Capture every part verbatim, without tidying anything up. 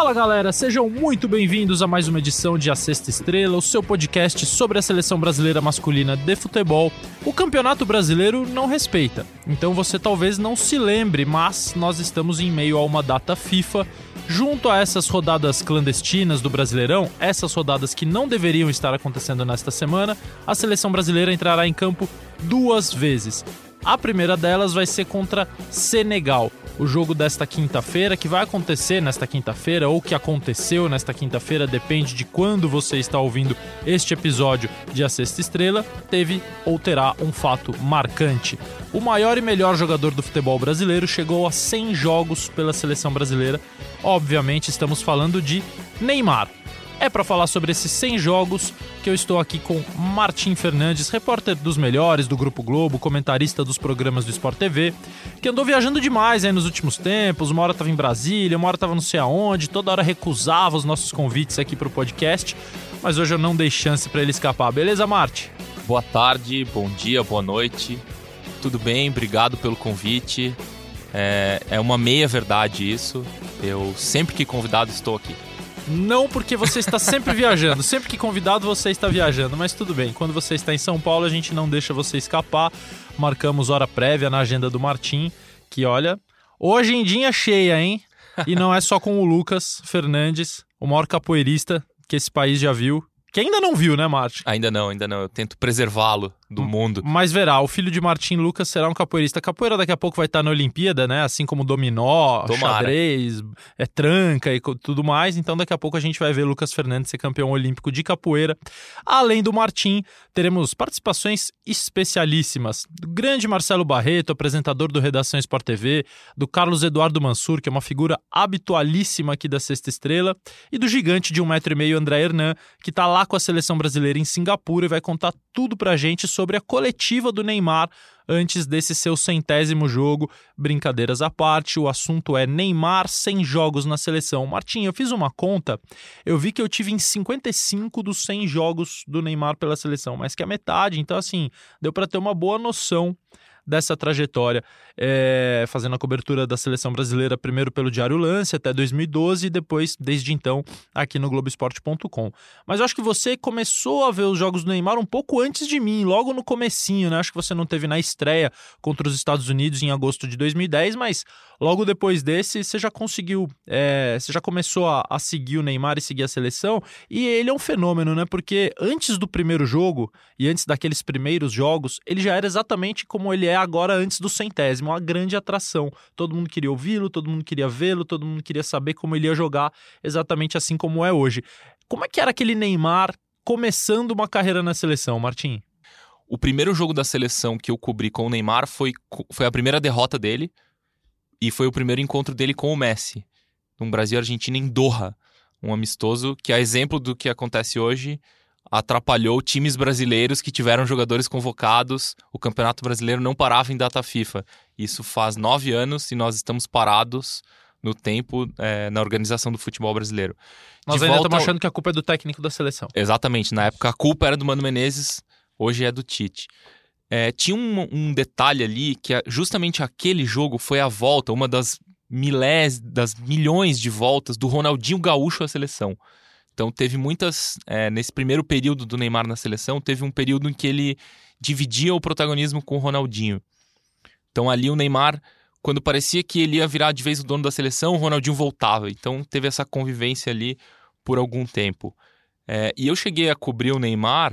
Fala galera, sejam muito bem-vindos a mais uma edição de A Sexta Estrela, o seu podcast sobre a seleção brasileira masculina de futebol. O Campeonato Brasileiro não respeita, então você talvez não se lembre, mas nós estamos em meio a uma data FIFA. Junto a essas rodadas clandestinas do Brasileirão, essas rodadas que não deveriam estar acontecendo nesta semana, a seleção brasileira entrará em campo duas vezes. A primeira delas vai ser contra Senegal. O jogo desta quinta-feira, que vai acontecer nesta quinta-feira, ou que aconteceu nesta quinta-feira, depende de quando você está ouvindo este episódio de A Sexta Estrela, teve ou terá um fato marcante. O maior e melhor jogador do futebol brasileiro chegou a cem jogos pela seleção brasileira. Obviamente estamos falando de Neymar. É para falar sobre esses cem jogos que eu estou aqui com Martim Fernandes, repórter dos melhores do Grupo Globo, comentarista dos programas do Sport T V, que andou viajando demais aí nos últimos tempos. Uma hora estava em Brasília, uma hora estava não sei aonde, toda hora recusava os nossos convites aqui para o podcast, mas hoje eu não dei chance para ele escapar. Beleza, Martim? Boa tarde, bom dia, boa noite. Tudo bem? Obrigado pelo convite. É, é uma meia-verdade isso. Eu sempre que convidado estou aqui. Não, porque você está sempre viajando. Sempre que convidado você está viajando, mas tudo bem. Quando você está em São Paulo, a gente não deixa você escapar. Marcamos hora prévia na agenda do Martim, que olha, hoje em dia cheia, hein? E não é só com o Lucas Fernandes, o maior capoeirista que esse país já viu. Que ainda não viu, né, Martim? Ainda não, ainda não. Eu tento preservá-lo do mundo. Mas verá, o filho de Martim Lucas será um capoeirista. Capoeira daqui a pouco vai estar na Olimpíada, né? Assim como dominó, Tomara. xadrez, é tranca e tudo mais. Então daqui a pouco a gente vai ver Lucas Fernandes ser campeão olímpico de capoeira. Além do Martim, teremos participações especialíssimas do grande Marcelo Barreto, apresentador do Redação Sport T V, do Carlos Eduardo Mansur, que é uma figura habitualíssima aqui da Sexta Estrela, e do gigante de um metro e meio, André Hernan, que está lá com a seleção brasileira em Singapura e vai contar tudo pra gente sobre a coletiva do Neymar antes desse seu centésimo jogo. Brincadeiras à parte, o assunto é Neymar cem jogos na seleção. Martim, eu fiz uma conta, eu vi que eu tive em cinquenta e cinco dos cem jogos do Neymar pela seleção, mais que a metade, então assim, deu pra ter uma boa noção dessa trajetória, é, fazendo a cobertura da seleção brasileira primeiro pelo Diário Lance até dois mil e doze e depois, desde então, aqui no Globo Esporte ponto com. Mas eu acho que você começou a ver os jogos do Neymar um pouco antes de mim, logo no comecinho, né? Acho que você não teve na estreia contra os Estados Unidos em agosto de dois mil e dez, mas logo depois desse você já conseguiu, é, você já começou a, a seguir o Neymar e seguir a seleção, e ele é um fenômeno, né? Porque antes do primeiro jogo e antes daqueles primeiros jogos, ele já era exatamente como ele é agora antes do centésimo, uma grande atração. Todo mundo queria ouvi-lo, todo mundo queria vê-lo, todo mundo queria saber como ele ia jogar, exatamente assim como é hoje. Como é que era aquele Neymar começando uma carreira na seleção, Martim? O primeiro jogo da seleção que eu cobri com o Neymar foi, foi a primeira derrota dele e foi o primeiro encontro dele com o Messi, no Brasil e Argentina em Doha, um amistoso que, a exemplo do que acontece hoje, atrapalhou times brasileiros que tiveram jogadores convocados. O Campeonato Brasileiro não parava em data FIFA. Isso faz nove anos e nós estamos parados no tempo é, na organização do futebol brasileiro. Nós De ainda volta estamos ao... achando que a culpa é do técnico da seleção. Exatamente. Na época a culpa era do Mano Menezes, hoje é do Tite. É, tinha um, um detalhe ali que justamente aquele jogo foi a volta, uma das milés, das milhões de voltas do Ronaldinho Gaúcho à seleção. Então teve muitas, é, nesse primeiro período do Neymar na seleção, teve um período em que ele dividia o protagonismo com o Ronaldinho. Então ali o Neymar, quando parecia que ele ia virar de vez o dono da seleção, o Ronaldinho voltava. Então teve essa convivência ali por algum tempo. É, e eu cheguei a cobrir o Neymar,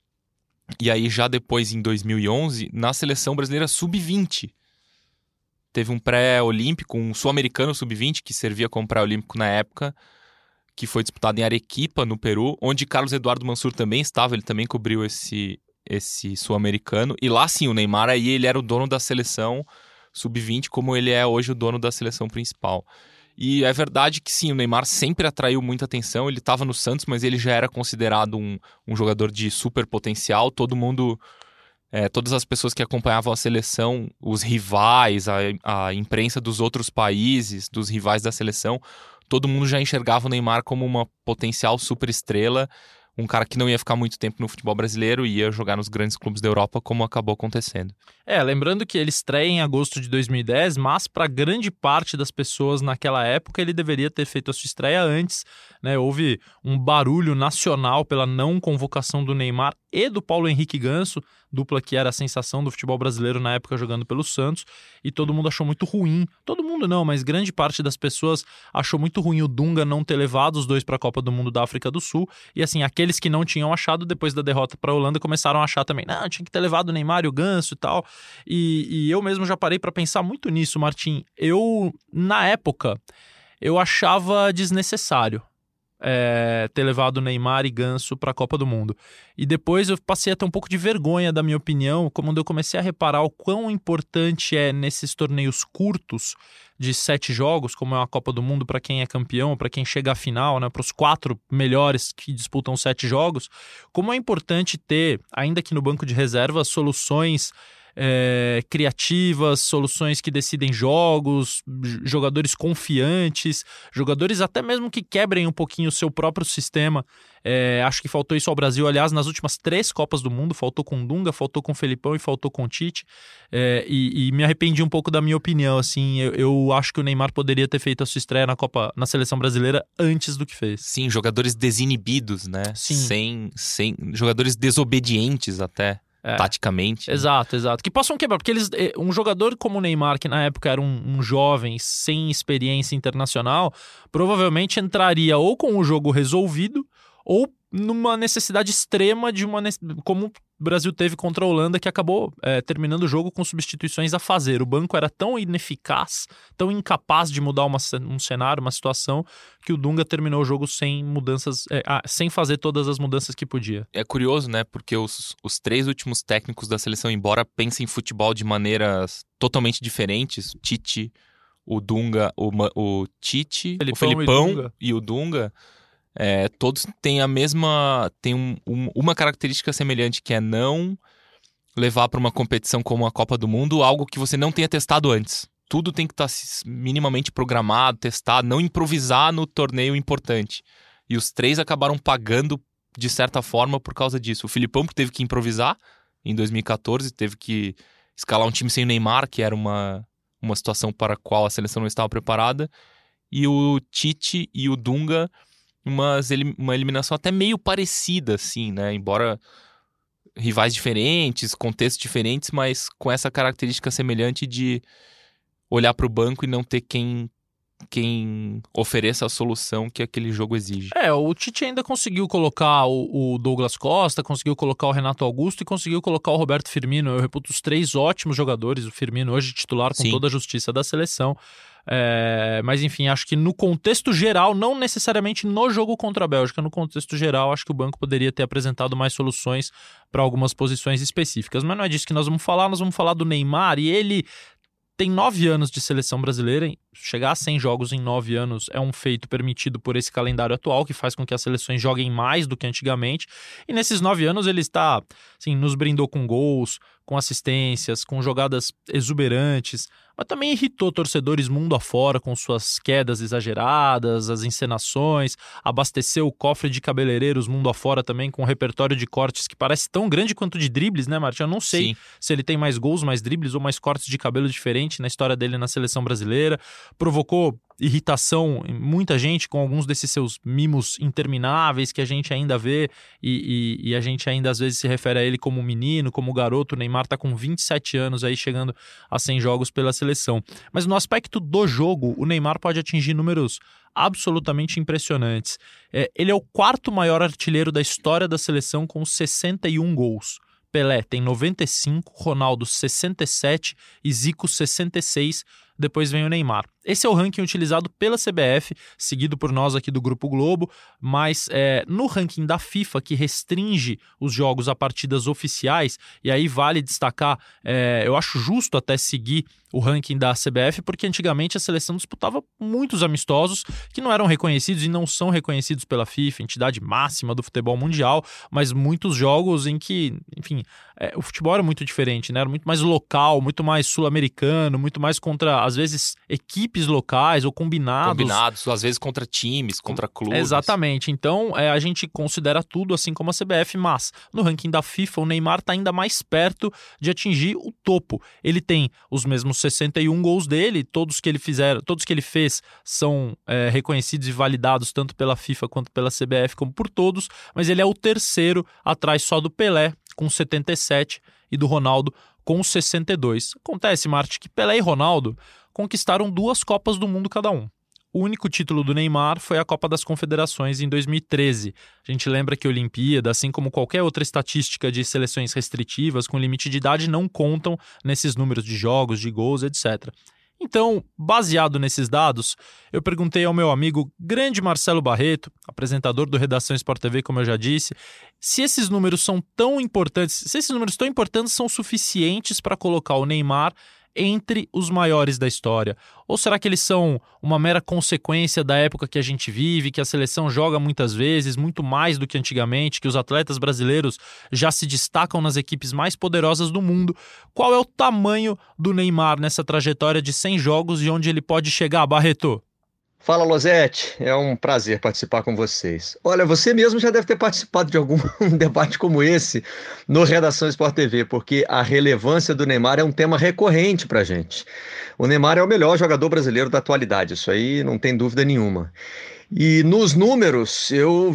e aí já depois em dois mil e onze, na seleção brasileira sub vinte. Teve um pré-olímpico, um sul-americano sub vinte, que servia como pré-olímpico na época, que foi disputado em Arequipa, no Peru, onde Carlos Eduardo Mansur também estava, ele também cobriu esse, esse sul-americano. E lá sim, o Neymar aí ele era o dono da seleção sub vinte, como ele é hoje o dono da seleção principal. E é verdade que sim, o Neymar sempre atraiu muita atenção, ele estava no Santos, mas ele já era considerado um, um jogador de super potencial. Todo mundo, é, todas as pessoas que acompanhavam a seleção, os rivais, a, a imprensa dos outros países, dos rivais da seleção, todo mundo já enxergava o Neymar como uma potencial superestrela, um cara que não ia ficar muito tempo no futebol brasileiro e ia jogar nos grandes clubes da Europa, como acabou acontecendo. É, lembrando que ele estreia em agosto de dois mil e dez, mas para grande parte das pessoas naquela época ele deveria ter feito a sua estreia antes, né? Houve um barulho nacional pela não convocação do Neymar e do Paulo Henrique Ganso, dupla que era a sensação do futebol brasileiro na época jogando pelo Santos, e todo mundo achou muito ruim. Todo mundo não, mas grande parte das pessoas achou muito ruim o Dunga não ter levado os dois para a Copa do Mundo da África do Sul, e assim, aqueles que não tinham achado depois da derrota para a Holanda começaram a achar também, não, tinha que ter levado o Neymar e o Ganso e tal, e, e eu mesmo já parei para pensar muito nisso, Martim. Eu, na época, eu achava desnecessário É, ter levado Neymar e Ganso para a Copa do Mundo. E depois eu passei a ter um pouco de vergonha da minha opinião, quando eu comecei a reparar o quão importante é nesses torneios curtos de sete jogos, como é uma Copa do Mundo para quem é campeão, para quem chega à final, né, para os quatro melhores que disputam sete jogos, como é importante ter, ainda que no banco de reservas, soluções É, criativas, soluções que decidem jogos, jogadores confiantes, jogadores até mesmo que quebrem um pouquinho o seu próprio sistema. É, acho que faltou isso ao Brasil, aliás, nas últimas três Copas do Mundo, faltou com o Dunga, faltou com o Felipão e faltou com o Tite, é, e, e me arrependi um pouco da minha opinião, assim, eu, eu acho que o Neymar poderia ter feito a sua estreia na Copa, na seleção brasileira antes do que fez. Sim, jogadores desinibidos, né? Sim. Sem, sem, jogadores desobedientes até. É, taticamente. Exato, né? exato. Que possam quebrar, porque eles, um jogador como o Neymar, que na época era um, um jovem sem experiência internacional, provavelmente entraria ou com o jogo resolvido ou numa necessidade extrema de uma, como o Brasil teve contra a Holanda, que acabou é, terminando o jogo com substituições a fazer. O banco era tão ineficaz, tão incapaz de mudar uma, um cenário, uma situação, que o Dunga terminou o jogo sem mudanças, é, sem fazer todas as mudanças que podia. É curioso, né? Porque os, os três últimos técnicos da seleção, embora pensem em futebol de maneiras totalmente diferentes, o Tite, o Dunga, o, o Tite, Felipão o Felipão e, Dunga. e o Dunga, É, todos têm a mesma, tem um, um, uma característica semelhante, que é não levar para uma competição como a Copa do Mundo algo que você não tenha testado antes. Tudo tem que estar tá minimamente programado, testado, não improvisar no torneio importante. E os três acabaram pagando de certa forma por causa disso. O Felipão, que teve que improvisar em dois mil e catorze, teve que escalar um time sem o Neymar, que era uma, uma situação para a qual a seleção não estava preparada. E o Tite e o Dunga, Umas, uma eliminação até meio parecida, assim, né? Embora rivais diferentes, contextos diferentes, mas com essa característica semelhante de olhar para o banco e não ter quem, quem ofereça a solução que aquele jogo exige. É, o Tite ainda conseguiu colocar o, o Douglas Costa, conseguiu colocar o Renato Augusto e conseguiu colocar o Roberto Firmino. Eu reputo os três ótimos jogadores, o Firmino hoje titular com Sim. toda a justiça da seleção. É, mas enfim, acho que no contexto geral, não necessariamente no jogo contra a Bélgica, no contexto geral, acho que o banco poderia ter apresentado mais soluções para algumas posições específicas. Mas não é disso que nós vamos falar, nós vamos falar do Neymar, e ele tem nove anos de seleção brasileira. Chegar a cem jogos em nove anos é um feito permitido por esse calendário atual, que faz com que as seleções joguem mais do que antigamente. E nesses nove anos ele está, assim, nos brindou com gols, com assistências, com jogadas exuberantes, mas também irritou torcedores mundo afora com suas quedas exageradas, as encenações, abasteceu o cofre de cabeleireiros mundo afora também com um repertório de cortes que parece tão grande quanto de dribles, né, Martin? Eu não sei Sim. se ele tem mais gols, mais dribles ou mais cortes de cabelo diferente na história dele na seleção brasileira. Provocou irritação em muita gente com alguns desses seus mimos intermináveis que a gente ainda vê e, e, e a gente ainda às vezes se refere a ele como menino, como garoto. O Neymar tá com vinte e sete anos aí, chegando a cem jogos pela seleção. Mas no aspecto do jogo, o Neymar pode atingir números absolutamente impressionantes. É, ele é o quarto maior artilheiro da história da seleção com sessenta e um gols. Pelé tem noventa e cinco, Ronaldo sessenta e sete e Zico sessenta e seis. Depois vem o Neymar. Esse é o ranking utilizado pela C B F, seguido por nós aqui do Grupo Globo, mas é, no ranking da FIFA, que restringe os jogos a partidas oficiais, e aí vale destacar, é, eu acho justo até seguir o ranking da C B F, porque antigamente a seleção disputava muitos amistosos que não eram reconhecidos e não são reconhecidos pela FIFA, entidade máxima do futebol mundial, mas muitos jogos em que, enfim, é, o futebol era muito diferente, né? Era muito mais local, muito mais sul-americano, muito mais contra contra, às vezes, equipes locais ou combinados. Combinados, às vezes contra times, contra clubes. Exatamente. Então, é, a gente considera tudo assim como a C B F, mas no ranking da FIFA, o Neymar está ainda mais perto de atingir o topo. Ele tem os mesmos sessenta e um gols dele, todos que ele fizer, todos que ele fez são é, reconhecidos e validados tanto pela FIFA quanto pela C B F, como por todos, mas ele é o terceiro, atrás só do Pelé, com setenta e sete, e do Ronaldo, com sessenta e dois. Acontece, Marte, que Pelé e Ronaldo conquistaram duas Copas do Mundo cada um. O único título do Neymar foi a Copa das Confederações em dois mil e treze. A gente lembra que a Olimpíada, assim como qualquer outra estatística de seleções restritivas com limite de idade, não contam nesses números de jogos, de gols, etcétera. Então, baseado nesses dados, eu perguntei ao meu amigo grande Marcelo Barreto, apresentador do Redação Sport T V, como eu já disse, se esses números são tão importantes, se esses números tão importantes são suficientes para colocar o Neymar entre os maiores da história? Ou será que eles são uma mera consequência da época que a gente vive, que a seleção joga muitas vezes, muito mais do que antigamente, que os atletas brasileiros já se destacam nas equipes mais poderosas do mundo? Qual é o tamanho do Neymar nessa trajetória de cem jogos e onde ele pode chegar, Barreto? Fala, Losetti, é um prazer participar com vocês. Olha, você mesmo já deve ter participado de algum debate como esse no Redação Sport T V, porque a relevância do Neymar é um tema recorrente pra gente. O Neymar é o melhor jogador brasileiro da atualidade, isso aí não tem dúvida nenhuma. E nos números eu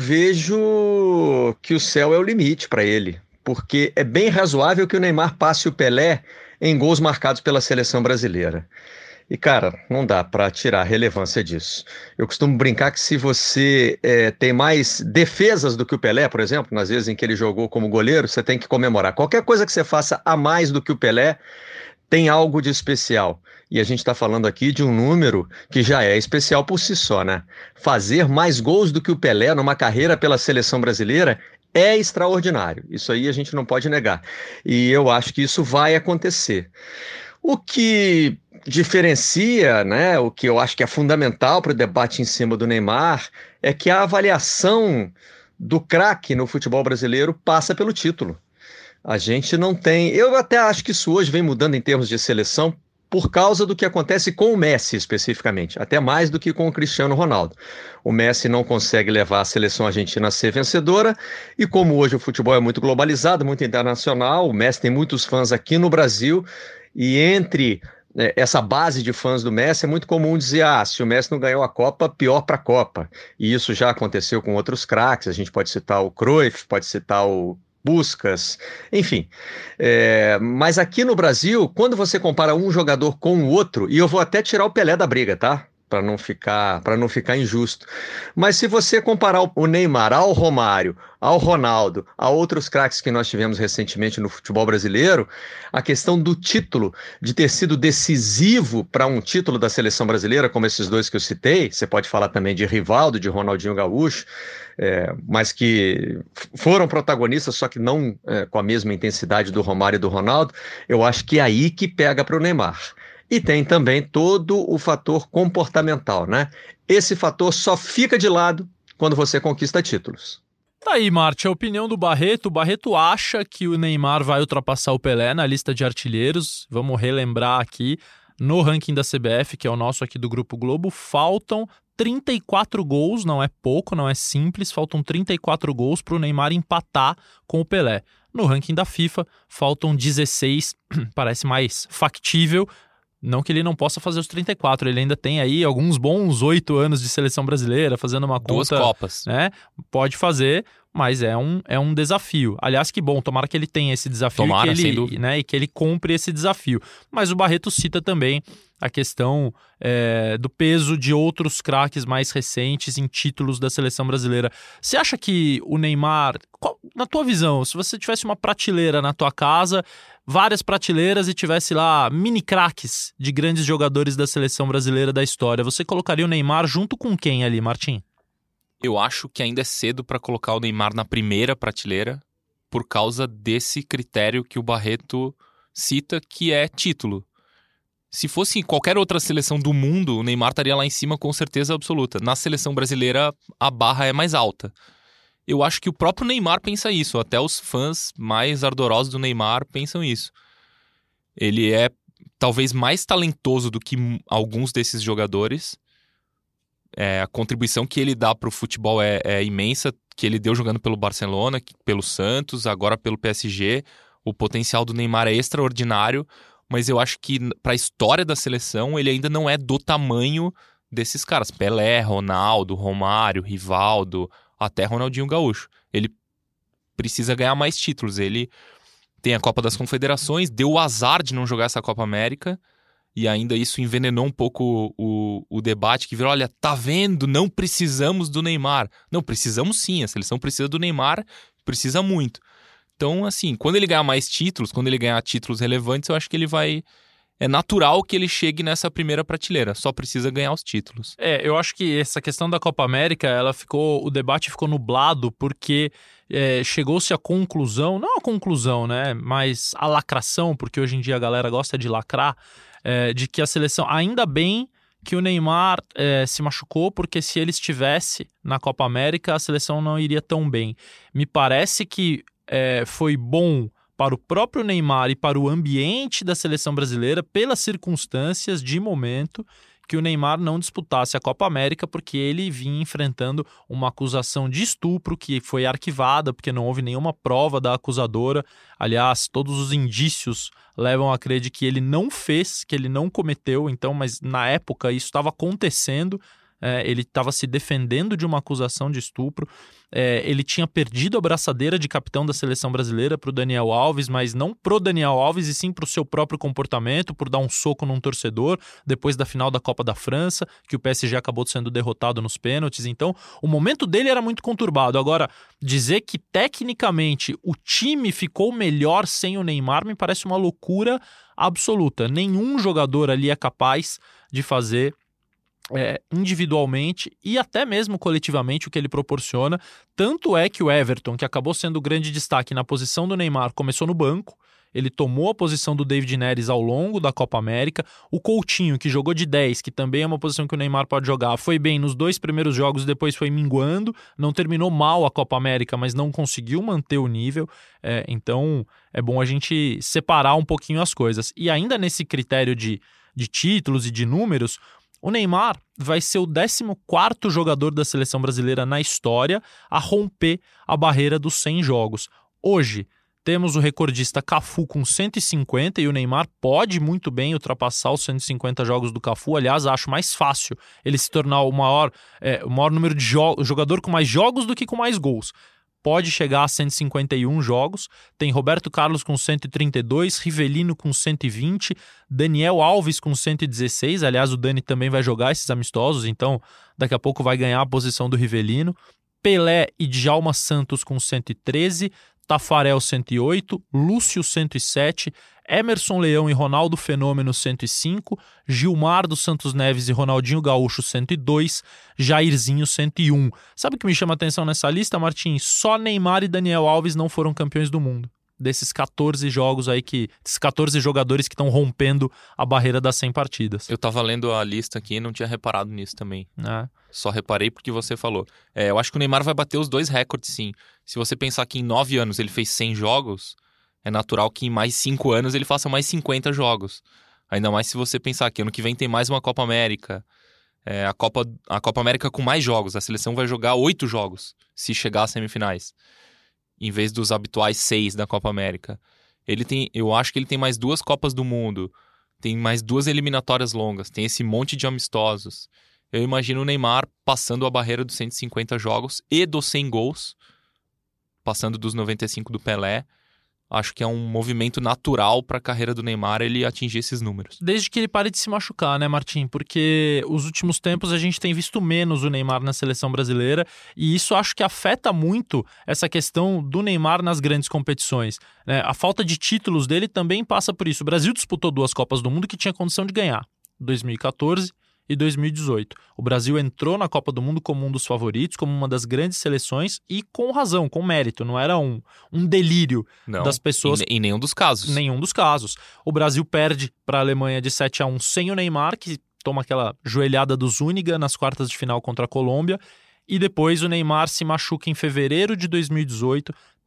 vejo que o céu é o limite para ele, porque é bem razoável que o Neymar passe o Pelé em gols marcados pela seleção brasileira. E, cara, não dá para tirar a relevância disso. Eu costumo brincar que se você é, tem mais defesas do que o Pelé, por exemplo, nas vezes em que ele jogou como goleiro, você tem que comemorar. Qualquer coisa que você faça a mais do que o Pelé tem algo de especial. E a gente está falando aqui de um número que já é especial por si só, né? Fazer mais gols do que o Pelé numa carreira pela seleção brasileira é extraordinário. Isso aí a gente não pode negar. E eu acho que isso vai acontecer. O que diferencia, né, o que eu acho que é fundamental para o debate em cima do Neymar, é que a avaliação do craque no futebol brasileiro passa pelo título. A gente não tem... Eu até acho que isso hoje vem mudando em termos de seleção por causa do que acontece com o Messi especificamente, até mais do que com o Cristiano Ronaldo. O Messi não consegue levar a seleção argentina a ser vencedora, e como hoje o futebol é muito globalizado, muito internacional, o Messi tem muitos fãs aqui no Brasil, e entre né, essa base de fãs do Messi é muito comum dizer, ah, se o Messi não ganhou a Copa, pior para a Copa. E isso já aconteceu com outros craques, a gente pode citar o Cruyff, pode citar o Puskás, enfim. É, mas aqui no Brasil, quando você compara um jogador com o outro, e eu vou até tirar o Pelé da briga, tá? Para não ficar, para não ficar injusto. Mas se você comparar o Neymar ao Romário, ao Ronaldo, a outros craques que nós tivemos recentemente no futebol brasileiro, a questão do título, de ter sido decisivo para um título da seleção brasileira, como esses dois que eu citei, você pode falar também de Rivaldo, de Ronaldinho Gaúcho, é, mas que foram protagonistas, só que não é, com a mesma intensidade do Romário e do Ronaldo, eu acho que é aí que pega para o Neymar. E tem também todo o fator comportamental, né? Esse fator só fica de lado quando você conquista títulos. Tá aí, Marte, a opinião do Barreto. O Barreto acha que o Neymar vai ultrapassar o Pelé na lista de artilheiros. Vamos relembrar aqui, no ranking da C B F, que é o nosso aqui do Grupo Globo, faltam trinta e quatro gols, não é pouco, não é simples, faltam trinta e quatro gols para o Neymar empatar com o Pelé. No ranking da FIFA, faltam dezesseis, parece mais factível. Não que ele não possa fazer os trinta e quatro, ele ainda tem aí alguns bons oito anos de seleção brasileira, fazendo uma conta... Duas Copas. Né? Pode fazer, mas é um, é um desafio. Aliás, que bom, tomara que ele tenha esse desafio tomara, e, que sem ele, dúvida. Né, e que ele cumpra esse desafio. Mas o Barreto cita também a questão é, do peso de outros craques mais recentes em títulos da seleção brasileira. Você acha que o Neymar, qual, na tua visão, se você tivesse uma prateleira na tua casa, várias prateleiras e tivesse lá mini craques de grandes jogadores da seleção brasileira da história, você colocaria o Neymar junto com quem ali, Martim? Eu acho que ainda é cedo para colocar o Neymar na primeira prateleira por causa desse critério que o Barreto cita, que é título. Se fosse qualquer outra seleção do mundo, o Neymar estaria lá em cima com certeza absoluta. Na seleção brasileira, a barra é mais alta. Eu acho que o próprio Neymar pensa isso, até os fãs mais ardorosos do Neymar pensam isso. Ele é talvez mais talentoso do que alguns desses jogadores. É, a contribuição que ele dá para o futebol é, é imensa, que ele deu jogando pelo Barcelona, pelo Santos, agora pelo P S G. O potencial do Neymar é extraordinário, mas eu acho que para a história da seleção ele ainda não é do tamanho desses caras. Pelé, Ronaldo, Romário, Rivaldo, até Ronaldinho Gaúcho. Ele precisa ganhar mais títulos. Ele tem a Copa das Confederações, deu o azar de não jogar essa Copa América, e ainda isso envenenou um pouco o, o debate, que virou, olha, tá vendo, não precisamos do Neymar. Não, precisamos sim, a seleção precisa do Neymar, precisa muito. Então, assim, quando ele ganhar mais títulos, quando ele ganhar títulos relevantes, eu acho que ele vai... É natural que ele chegue nessa primeira prateleira, só precisa ganhar os títulos. É, eu acho que essa questão da Copa América, ela ficou, o debate ficou nublado porque é, chegou-se à conclusão, não a conclusão, né, mas a lacração, porque hoje em dia a galera gosta de lacrar, é, de que a seleção, ainda bem que o Neymar é, se machucou, porque se ele estivesse na Copa América, a seleção não iria tão bem. Me parece que é, foi bom para o próprio Neymar e para o ambiente da seleção brasileira, pelas circunstâncias de momento, que o Neymar não disputasse a Copa América, porque ele vinha enfrentando uma acusação de estupro que foi arquivada, porque não houve nenhuma prova da acusadora. Aliás, todos os indícios levam a crer de que ele não fez, que ele não cometeu, então, mas na época isso estava acontecendo. É, ele estava se defendendo de uma acusação de estupro. É, ele tinha perdido a braçadeira de capitão da seleção brasileira para o Daniel Alves, mas não pro Daniel Alves, e sim para o seu próprio comportamento, por dar um soco num torcedor, depois da final da Copa da França, que o P S G acabou sendo derrotado nos pênaltis. Então, o momento dele era muito conturbado. Agora, dizer que tecnicamente o time ficou melhor sem o Neymar me parece uma loucura absoluta. Nenhum jogador ali é capaz de fazer É, individualmente e até mesmo coletivamente o que ele proporciona. Tanto é que o Everton, que acabou sendo o grande destaque na posição do Neymar, começou no banco. Ele tomou a posição do David Neres ao longo da Copa América. O Coutinho, que jogou de dez, que também é uma posição que o Neymar pode jogar, foi bem nos dois primeiros jogos, depois foi minguando. Não terminou mal a Copa América, mas não conseguiu manter o nível. É, então é bom a gente separar um pouquinho as coisas. E ainda nesse critério de, de títulos e de números, o Neymar vai ser o décimo quarto jogador da seleção brasileira na história a romper a barreira dos cem jogos. Hoje, temos o recordista Cafu com cento e cinquenta e o Neymar pode muito bem ultrapassar os cento e cinquenta jogos do Cafu. Aliás, acho mais fácil ele se tornar o maior, é, o maior número de jo- jogador com mais jogos do que com mais gols. Pode chegar a cento e cinquenta e um jogos. Tem Roberto Carlos com cento e trinta e dois, Rivelino com cento e vinte, Daniel Alves com cento e dezesseis. Aliás, o Dani também vai jogar esses amistosos, então daqui a pouco vai ganhar a posição do Rivelino. Pelé e Djalma Santos com cento e treze, Tafarel cento e oito, Lúcio cento e sete, Emerson Leão e Ronaldo Fenômeno cento e cinco, Gilmar dos Santos Neves e Ronaldinho Gaúcho cento e dois, Jairzinho cento e um. Sabe o que me chama a atenção nessa lista, Martim? Só Neymar e Daniel Alves não foram campeões do mundo. Desses catorze jogos aí que... Desses catorze jogadores que estão rompendo a barreira das cem partidas. Eu tava lendo a lista aqui e não tinha reparado nisso também. É. Só reparei porque você falou. É, eu acho que o Neymar vai bater os dois recordes, sim. Se você pensar que em nove anos ele fez cem jogos, é natural que em mais cinco anos ele faça mais cinquenta jogos. Ainda mais se você pensar que ano que vem tem mais uma Copa América. É, a, Copa, a Copa América com mais jogos. A seleção vai jogar oito jogos se chegar às semifinais, em vez dos habituais seis da Copa América. Ele tem, eu acho que ele tem mais duas Copas do Mundo, tem mais duas eliminatórias longas, tem esse monte de amistosos. Eu imagino o Neymar passando a barreira dos cento e cinquenta jogos e dos cem gols, passando dos noventa e cinco do Pelé. Acho que é um movimento natural para a carreira do Neymar ele atingir esses números. Desde que ele pare de se machucar, né, Martim? Porque os últimos tempos a gente tem visto menos o Neymar na seleção brasileira e isso acho que afeta muito essa questão do Neymar nas grandes competições, né? A falta de títulos dele também passa por isso. O Brasil disputou duas Copas do Mundo que tinha condição de ganhar, dois mil e catorze e dois mil e dezoito. O Brasil entrou na Copa do Mundo como um dos favoritos, como uma das grandes seleções e com razão, com mérito. Não era um, um delírio Não, das pessoas. Em, em nenhum dos casos. Nenhum dos casos. O Brasil perde para a Alemanha de sete a um sem o Neymar, que toma aquela joelhada do Zúñiga nas quartas de final contra a Colômbia. E depois o Neymar se machuca em fevereiro de dois mil e dezoito,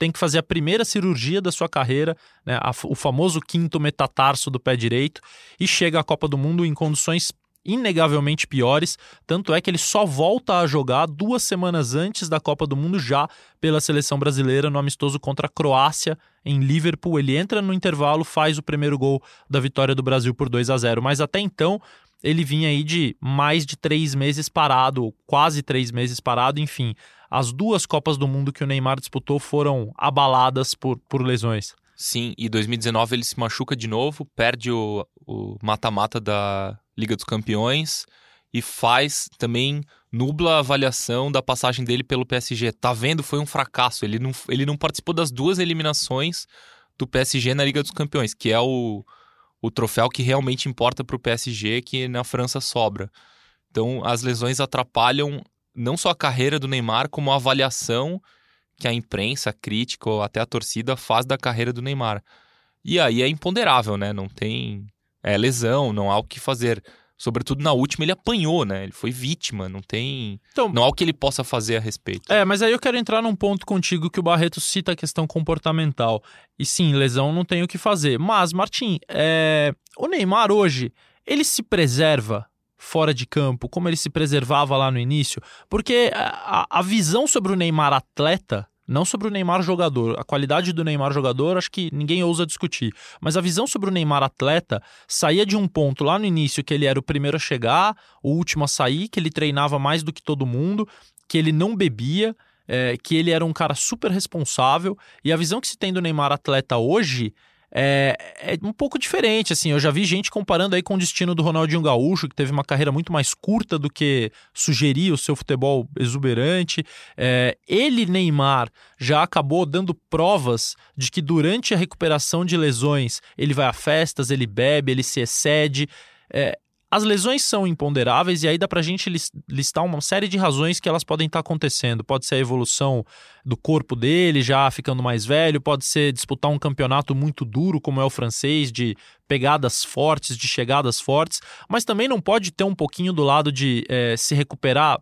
tem que fazer a primeira cirurgia da sua carreira, né, a, o famoso quinto metatarso do pé direito, e chega à Copa do Mundo em condições inegavelmente piores, tanto é que ele só volta a jogar duas semanas antes da Copa do Mundo já pela seleção brasileira no amistoso contra a Croácia em Liverpool. Ele entra no intervalo, faz o primeiro gol da vitória do Brasil por dois a zero, mas até então ele vinha aí de mais de três meses parado, quase três meses parado, enfim. As duas Copas do Mundo que o Neymar disputou foram abaladas por, por lesões. Sim, e dois mil e dezenove ele se machuca de novo, perde o, o mata-mata da Liga dos Campeões e faz também, nubla a avaliação da passagem dele pelo P S G. Tá vendo? Foi um fracasso. Ele não, ele não participou das duas eliminações do P S G na Liga dos Campeões, que é o, o troféu que realmente importa pro P S G, que na França sobra. Então, as lesões atrapalham não só a carreira do Neymar, como a avaliação que a imprensa, a crítica ou até a torcida faz da carreira do Neymar. E aí é imponderável, né? Não tem... É lesão, não há o que fazer. Sobretudo na última ele apanhou, né? Ele foi vítima, não tem... Então, não há o que ele possa fazer a respeito. É, mas aí eu quero entrar num ponto contigo que o Barreto cita a questão comportamental. E sim, lesão não tem o que fazer. Mas, Martim, é... o Neymar hoje, ele se preserva fora de campo, como ele se preservava lá no início? Porque a, a visão sobre o Neymar atleta, não sobre o Neymar jogador, a qualidade do Neymar jogador acho que ninguém ousa discutir, mas a visão sobre o Neymar atleta saía de um ponto lá no início que ele era o primeiro a chegar, o último a sair, que ele treinava mais do que todo mundo, que ele não bebia, é, que ele era um cara super responsável, e a visão que se tem do Neymar atleta hoje É, é um pouco diferente, assim, eu já vi gente comparando aí com o destino do Ronaldinho Gaúcho, que teve uma carreira muito mais curta do que sugeria o seu futebol exuberante. É, ele, Neymar, já acabou dando provas de que durante a recuperação de lesões ele vai a festas, ele bebe, ele se excede. É, as lesões são imponderáveis e aí dá pra gente listar uma série de razões que elas podem estar acontecendo. Pode ser a evolução do corpo dele, já ficando mais velho, pode ser disputar um campeonato muito duro, como é o francês, de pegadas fortes, de chegadas fortes, mas também não pode ter um pouquinho do lado de é, se recuperar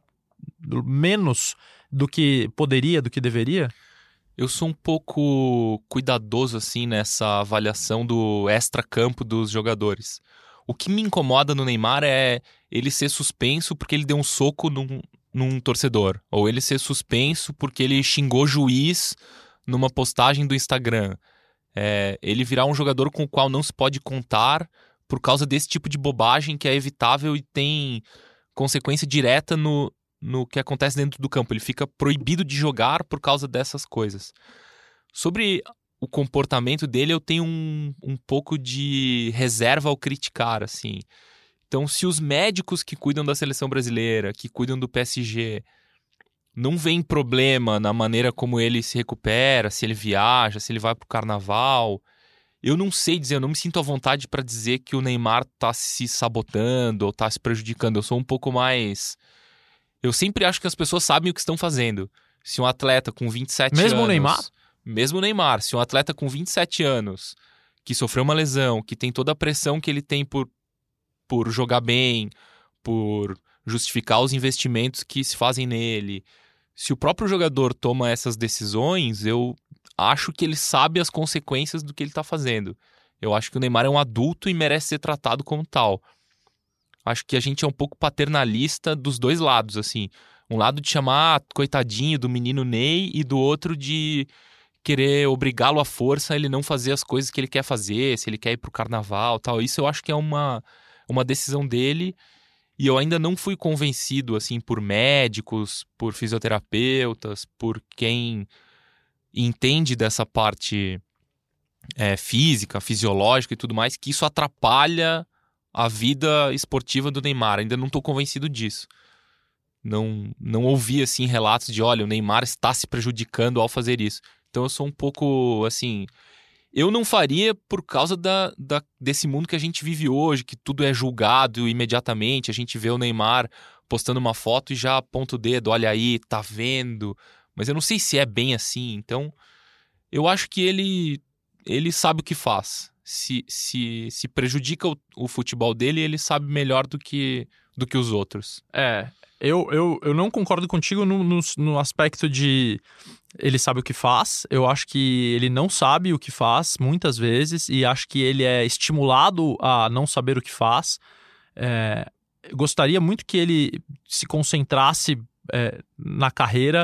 menos do que poderia, do que deveria? Eu sou um pouco cuidadoso, assim, nessa avaliação do extra-campo dos jogadores. O que me incomoda no Neymar é ele ser suspenso porque ele deu um soco num, num torcedor. Ou ele ser suspenso porque ele xingou juiz numa postagem do Instagram. É, ele virar um jogador com o qual não se pode contar por causa desse tipo de bobagem que é evitável e tem consequência direta no, no que acontece dentro do campo. Ele fica proibido de jogar por causa dessas coisas. Sobre o comportamento dele, eu tenho um, um pouco de reserva ao criticar, assim. Então, se os médicos que cuidam da seleção brasileira, que cuidam do P S G, não veem problema na maneira como ele se recupera, se ele viaja, se ele vai pro carnaval, eu não sei dizer, eu não me sinto à vontade para dizer que o Neymar tá se sabotando ou tá se prejudicando. Eu sou um pouco mais... Eu sempre acho que as pessoas sabem o que estão fazendo. Se um atleta com vinte e sete anos... Mesmo o Neymar? Mesmo o Neymar, se um atleta com vinte e sete anos, que sofreu uma lesão, que tem toda a pressão que ele tem por, por jogar bem, por justificar os investimentos que se fazem nele, se o próprio jogador toma essas decisões, eu acho que ele sabe as consequências do que ele está fazendo. Eu acho que o Neymar é um adulto e merece ser tratado como tal. Acho que a gente é um pouco paternalista dos dois lados, assim. Um lado de chamar ah, coitadinho do menino Ney e do outro de querer obrigá-lo à força a ele não fazer as coisas que ele quer fazer, se ele quer ir pro carnaval e tal. Isso eu acho que é uma, uma decisão dele e eu ainda não fui convencido, assim, por médicos, por fisioterapeutas, por quem entende dessa parte é, física, fisiológica e tudo mais, que isso atrapalha a vida esportiva do Neymar. Ainda não estou convencido disso. Não, não ouvi, assim, relatos de, olha, o Neymar está se prejudicando ao fazer isso. Então eu sou um pouco, assim... Eu não faria por causa da, da, desse mundo que a gente vive hoje, que tudo é julgado imediatamente. A gente vê o Neymar postando uma foto e já aponta o dedo, olha aí, tá vendo. Mas eu não sei se é bem assim. Então, eu acho que ele, ele sabe o que faz. Se, se, se prejudica o, o futebol dele, ele sabe melhor do que, do que os outros. É, eu, eu, eu não concordo contigo no, no, no aspecto de ele sabe o que faz. Eu acho que ele não sabe o que faz muitas vezes e acho que ele é estimulado a não saber o que faz. É, gostaria muito que ele se concentrasse é, na carreira.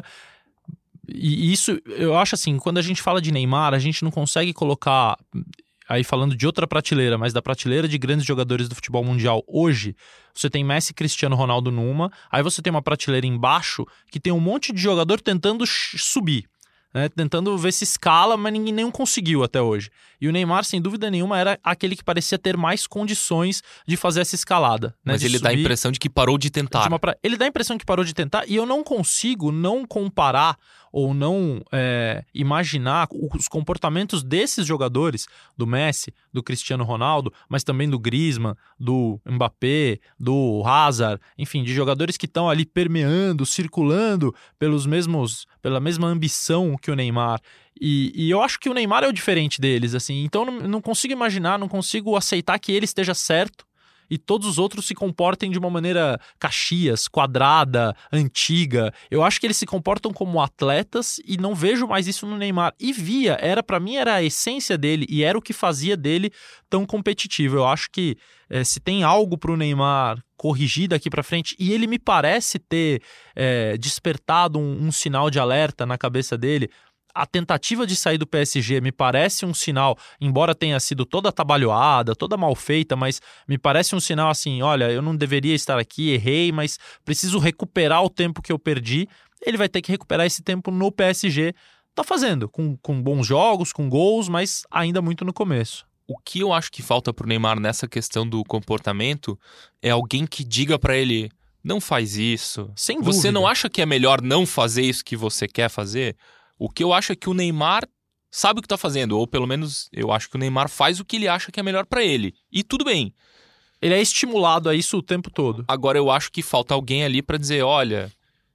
E isso, eu acho assim, quando a gente fala de Neymar, a gente não consegue colocar, aí falando de outra prateleira, mas da prateleira de grandes jogadores do futebol mundial hoje, você tem Messi e Cristiano Ronaldo numa, aí você tem uma prateleira embaixo que tem um monte de jogador tentando subir, né? Tentando ver se escala, mas ninguém nenhum conseguiu até hoje. E o Neymar, sem dúvida nenhuma, era aquele que parecia ter mais condições de fazer essa escalada. Né? Mas de ele subir, dá a impressão de que parou de tentar. de uma pra... Ele dá a impressão que parou de tentar e eu não consigo não comparar ou não é, imaginar os comportamentos desses jogadores, do Messi, do Cristiano Ronaldo, mas também do Griezmann, do Mbappé, do Hazard, enfim, de jogadores que estão ali permeando, circulando pelos mesmos, pela mesma ambição que o Neymar. E, e eu acho que o Neymar é o diferente deles, assim, então não, não consigo imaginar, não consigo aceitar que ele esteja certo e todos os outros se comportem de uma maneira Caxias, quadrada, antiga. Eu acho que eles se comportam como atletas e não vejo mais isso no Neymar. E via, era para mim era a essência dele e era o que fazia dele tão competitivo. Eu acho que é, se tem algo para o Neymar corrigir daqui para frente, e ele me parece ter é, despertado um, um sinal de alerta na cabeça dele. A tentativa de sair do P S G me parece um sinal, embora tenha sido toda atabalhoada, toda mal feita, mas me parece um sinal assim, olha, eu não deveria estar aqui, errei, mas preciso recuperar o tempo que eu perdi. Ele vai ter que recuperar esse tempo no P S G. Tá fazendo, com, com bons jogos, com gols, mas ainda muito no começo. O que eu acho que falta pro Neymar nessa questão do comportamento é alguém que diga pra ele, não faz isso. Sem dúvida. Você não acha que é melhor não fazer isso que você quer fazer? O que eu acho é que o Neymar sabe o que tá fazendo, ou pelo menos eu acho que o Neymar faz o que ele acha que é melhor pra ele. E tudo bem. Ele é estimulado a isso o tempo todo. Agora eu acho que falta alguém ali pra dizer, olha,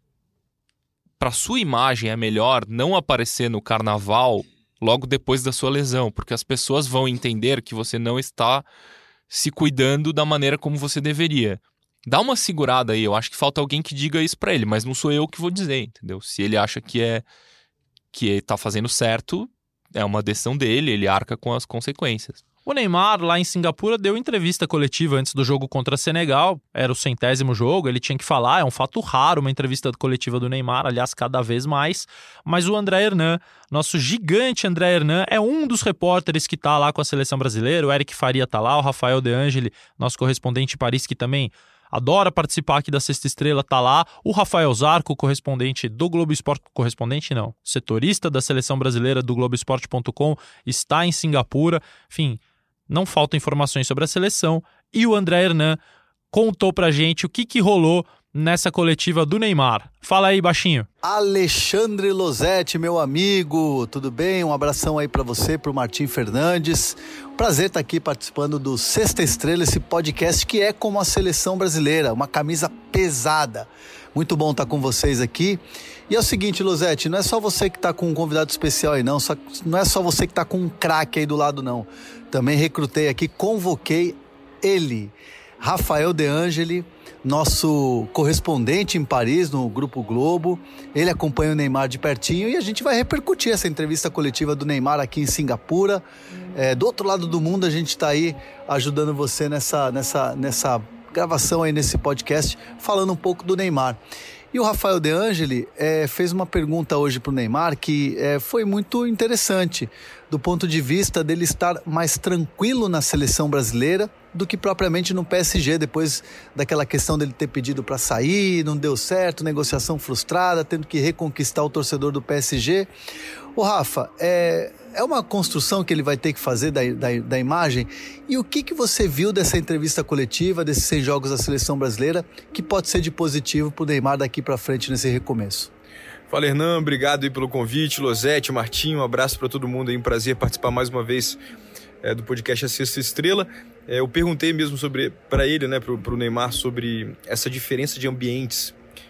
pra sua imagem é melhor não aparecer no carnaval logo depois da sua lesão, porque as pessoas vão entender que você não está se cuidando da maneira como você deveria. Dá uma segurada aí, eu acho que falta alguém que diga isso pra ele, mas não sou eu que vou dizer, entendeu? Se ele acha que é que ele tá fazendo certo, é uma decisão dele, ele arca com as consequências. O Neymar, lá em Singapura, deu entrevista coletiva antes do jogo contra Senegal, era o centésimo jogo, ele tinha que falar, é um fato raro uma entrevista coletiva do Neymar, aliás, cada vez mais, mas o André Hernan, nosso gigante André Hernan, é um dos repórteres que tá lá com a seleção brasileira, o Eric Faria tá lá, o Rafael De Angeli, nosso correspondente em Paris, que também adora participar aqui da Sexta Estrela, tá lá. O Rafael Zarco, correspondente do Globo Esporte, correspondente não, setorista da seleção brasileira do Globo Esporte ponto com, está em Singapura. Enfim, não faltam informações sobre a seleção. E o André Hernan contou pra gente o que, que rolou nessa coletiva do Neymar. Fala aí, baixinho. Alexandre Losetti, meu amigo, tudo bem? Um abração aí pra você, pro Martim Fernandes. Prazer estar aqui participando do Sexta Estrela, esse podcast que é como a seleção brasileira, uma camisa pesada. Muito bom estar com vocês aqui. E é o seguinte, Losetti, não é só você que está com um convidado especial aí não, só, não é só você que está com um craque aí do lado não. Também recrutei aqui, convoquei ele, Rafael De Angeli, nosso correspondente em Paris, no Grupo Globo. Ele acompanha o Neymar de pertinho e a gente vai repercutir essa entrevista coletiva do Neymar aqui em Singapura. É, do outro lado do mundo, a gente está aí ajudando você nessa, nessa, nessa gravação aí, nesse podcast, falando um pouco do Neymar. E o Rafael De Angeli é, fez uma pergunta hoje para o Neymar que é, foi muito interessante, do ponto de vista dele estar mais tranquilo na seleção brasileira do que propriamente no P S G, depois daquela questão dele ter pedido para sair, não deu certo, negociação frustrada, tendo que reconquistar o torcedor do P S G. O Rafa, é, é uma construção que ele vai ter que fazer da, da, da imagem. E o que, que você viu dessa entrevista coletiva, desses seis jogos da seleção brasileira, que pode ser de positivo para o Neymar daqui para frente nesse recomeço? Fala, Hernan, obrigado aí pelo convite, Losetti, Martinho, um abraço para todo mundo aí, um prazer participar mais uma vez é, do podcast A Sexta Estrela. É, eu perguntei mesmo sobre para ele, né, pro, pro Neymar, sobre essa diferença de ambientes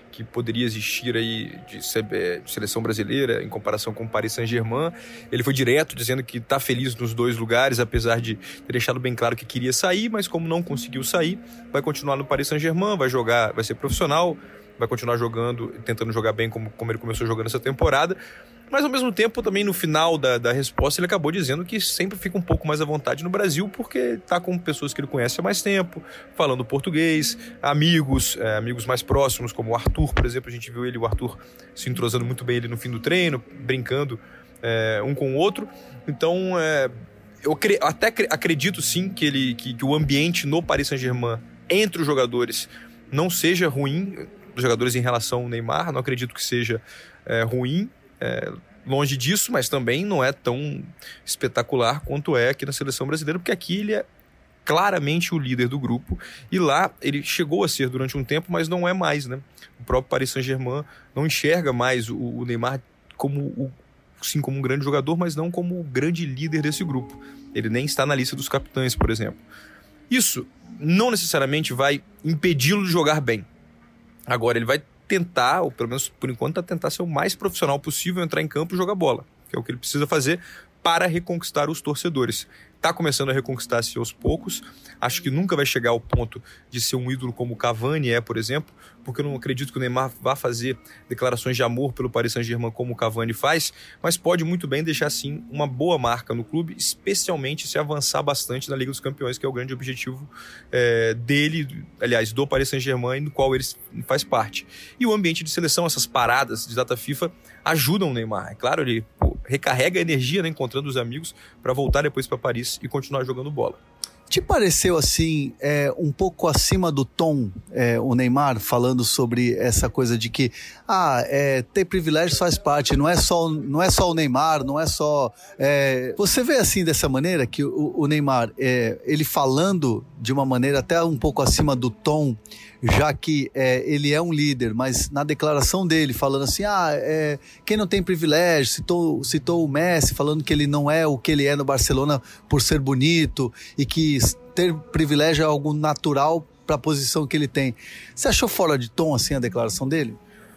que poderia existir aí de seleção brasileira em comparação com o Paris Saint-Germain. Ele foi direto dizendo que está feliz nos dois lugares, apesar de ter deixado bem claro que queria sair, mas como não conseguiu sair, vai continuar no Paris Saint-Germain, vai jogar, vai ser profissional, vai continuar jogando, tentando jogar bem como, como ele começou jogando essa temporada. Mas, ao mesmo tempo, também no final da, da resposta, ele acabou dizendo que sempre fica um pouco mais à vontade no Brasil, porque está com pessoas que ele conhece há mais tempo, falando português, amigos, é, amigos mais próximos, como o Arthur, por exemplo. A gente viu ele, o Arthur, se entrosando muito bem ali no fim do treino, brincando é, um com o outro. Então, é, eu cre- até cre- acredito, sim, que, ele, que, que o ambiente no Paris Saint-Germain, entre os jogadores, não seja ruim, dos jogadores em relação ao Neymar, não acredito que seja é, ruim, É, longe disso, mas também não é tão espetacular quanto é aqui na seleção brasileira, porque aqui ele é claramente o líder do grupo, e lá ele chegou a ser durante um tempo, mas não é mais, né? O próprio Paris Saint-Germain não enxerga mais o, o Neymar como, o, sim, como um grande jogador, mas não como o grande líder desse grupo. Ele nem está na lista dos capitães, por exemplo. Isso não necessariamente vai impedi-lo de jogar bem. Agora, ele vai tentar, ou pelo menos por enquanto, tentar ser o mais profissional possível, entrar em campo e jogar bola, que é o que ele precisa fazer para reconquistar os torcedores. Está começando a reconquistar-se aos poucos. Acho que nunca vai chegar ao ponto de ser um ídolo como o Cavani é, por exemplo, porque eu não acredito que o Neymar vá fazer declarações de amor pelo Paris Saint-Germain como o Cavani faz, mas pode muito bem deixar, sim, uma boa marca no clube, especialmente se avançar bastante na Liga dos Campeões, que é o grande objetivo é, dele, aliás, do Paris Saint-Germain, no qual ele faz parte. E o ambiente de seleção, essas paradas de data FIFA, ajudam o Neymar. É claro, ele pô, recarrega a energia, né, encontrando os amigos, para voltar depois para Paris e continuar jogando bola. Te pareceu assim, é, um pouco acima do tom, é, o Neymar falando sobre essa coisa de que ah, é, ter privilégios faz parte, não é só, não é só o Neymar, não é só... É... Você vê assim dessa maneira que o, o Neymar, é, ele falando de uma maneira até um pouco acima do tom, já que é, ele é um líder, mas na declaração dele, falando assim, ah, é, quem não tem privilégio, citou, citou o Messi, falando que ele não é o que ele é no Barcelona por ser bonito, e que ter privilégio é algo natural para a posição que ele tem. Você achou fora de tom assim a declaração dele?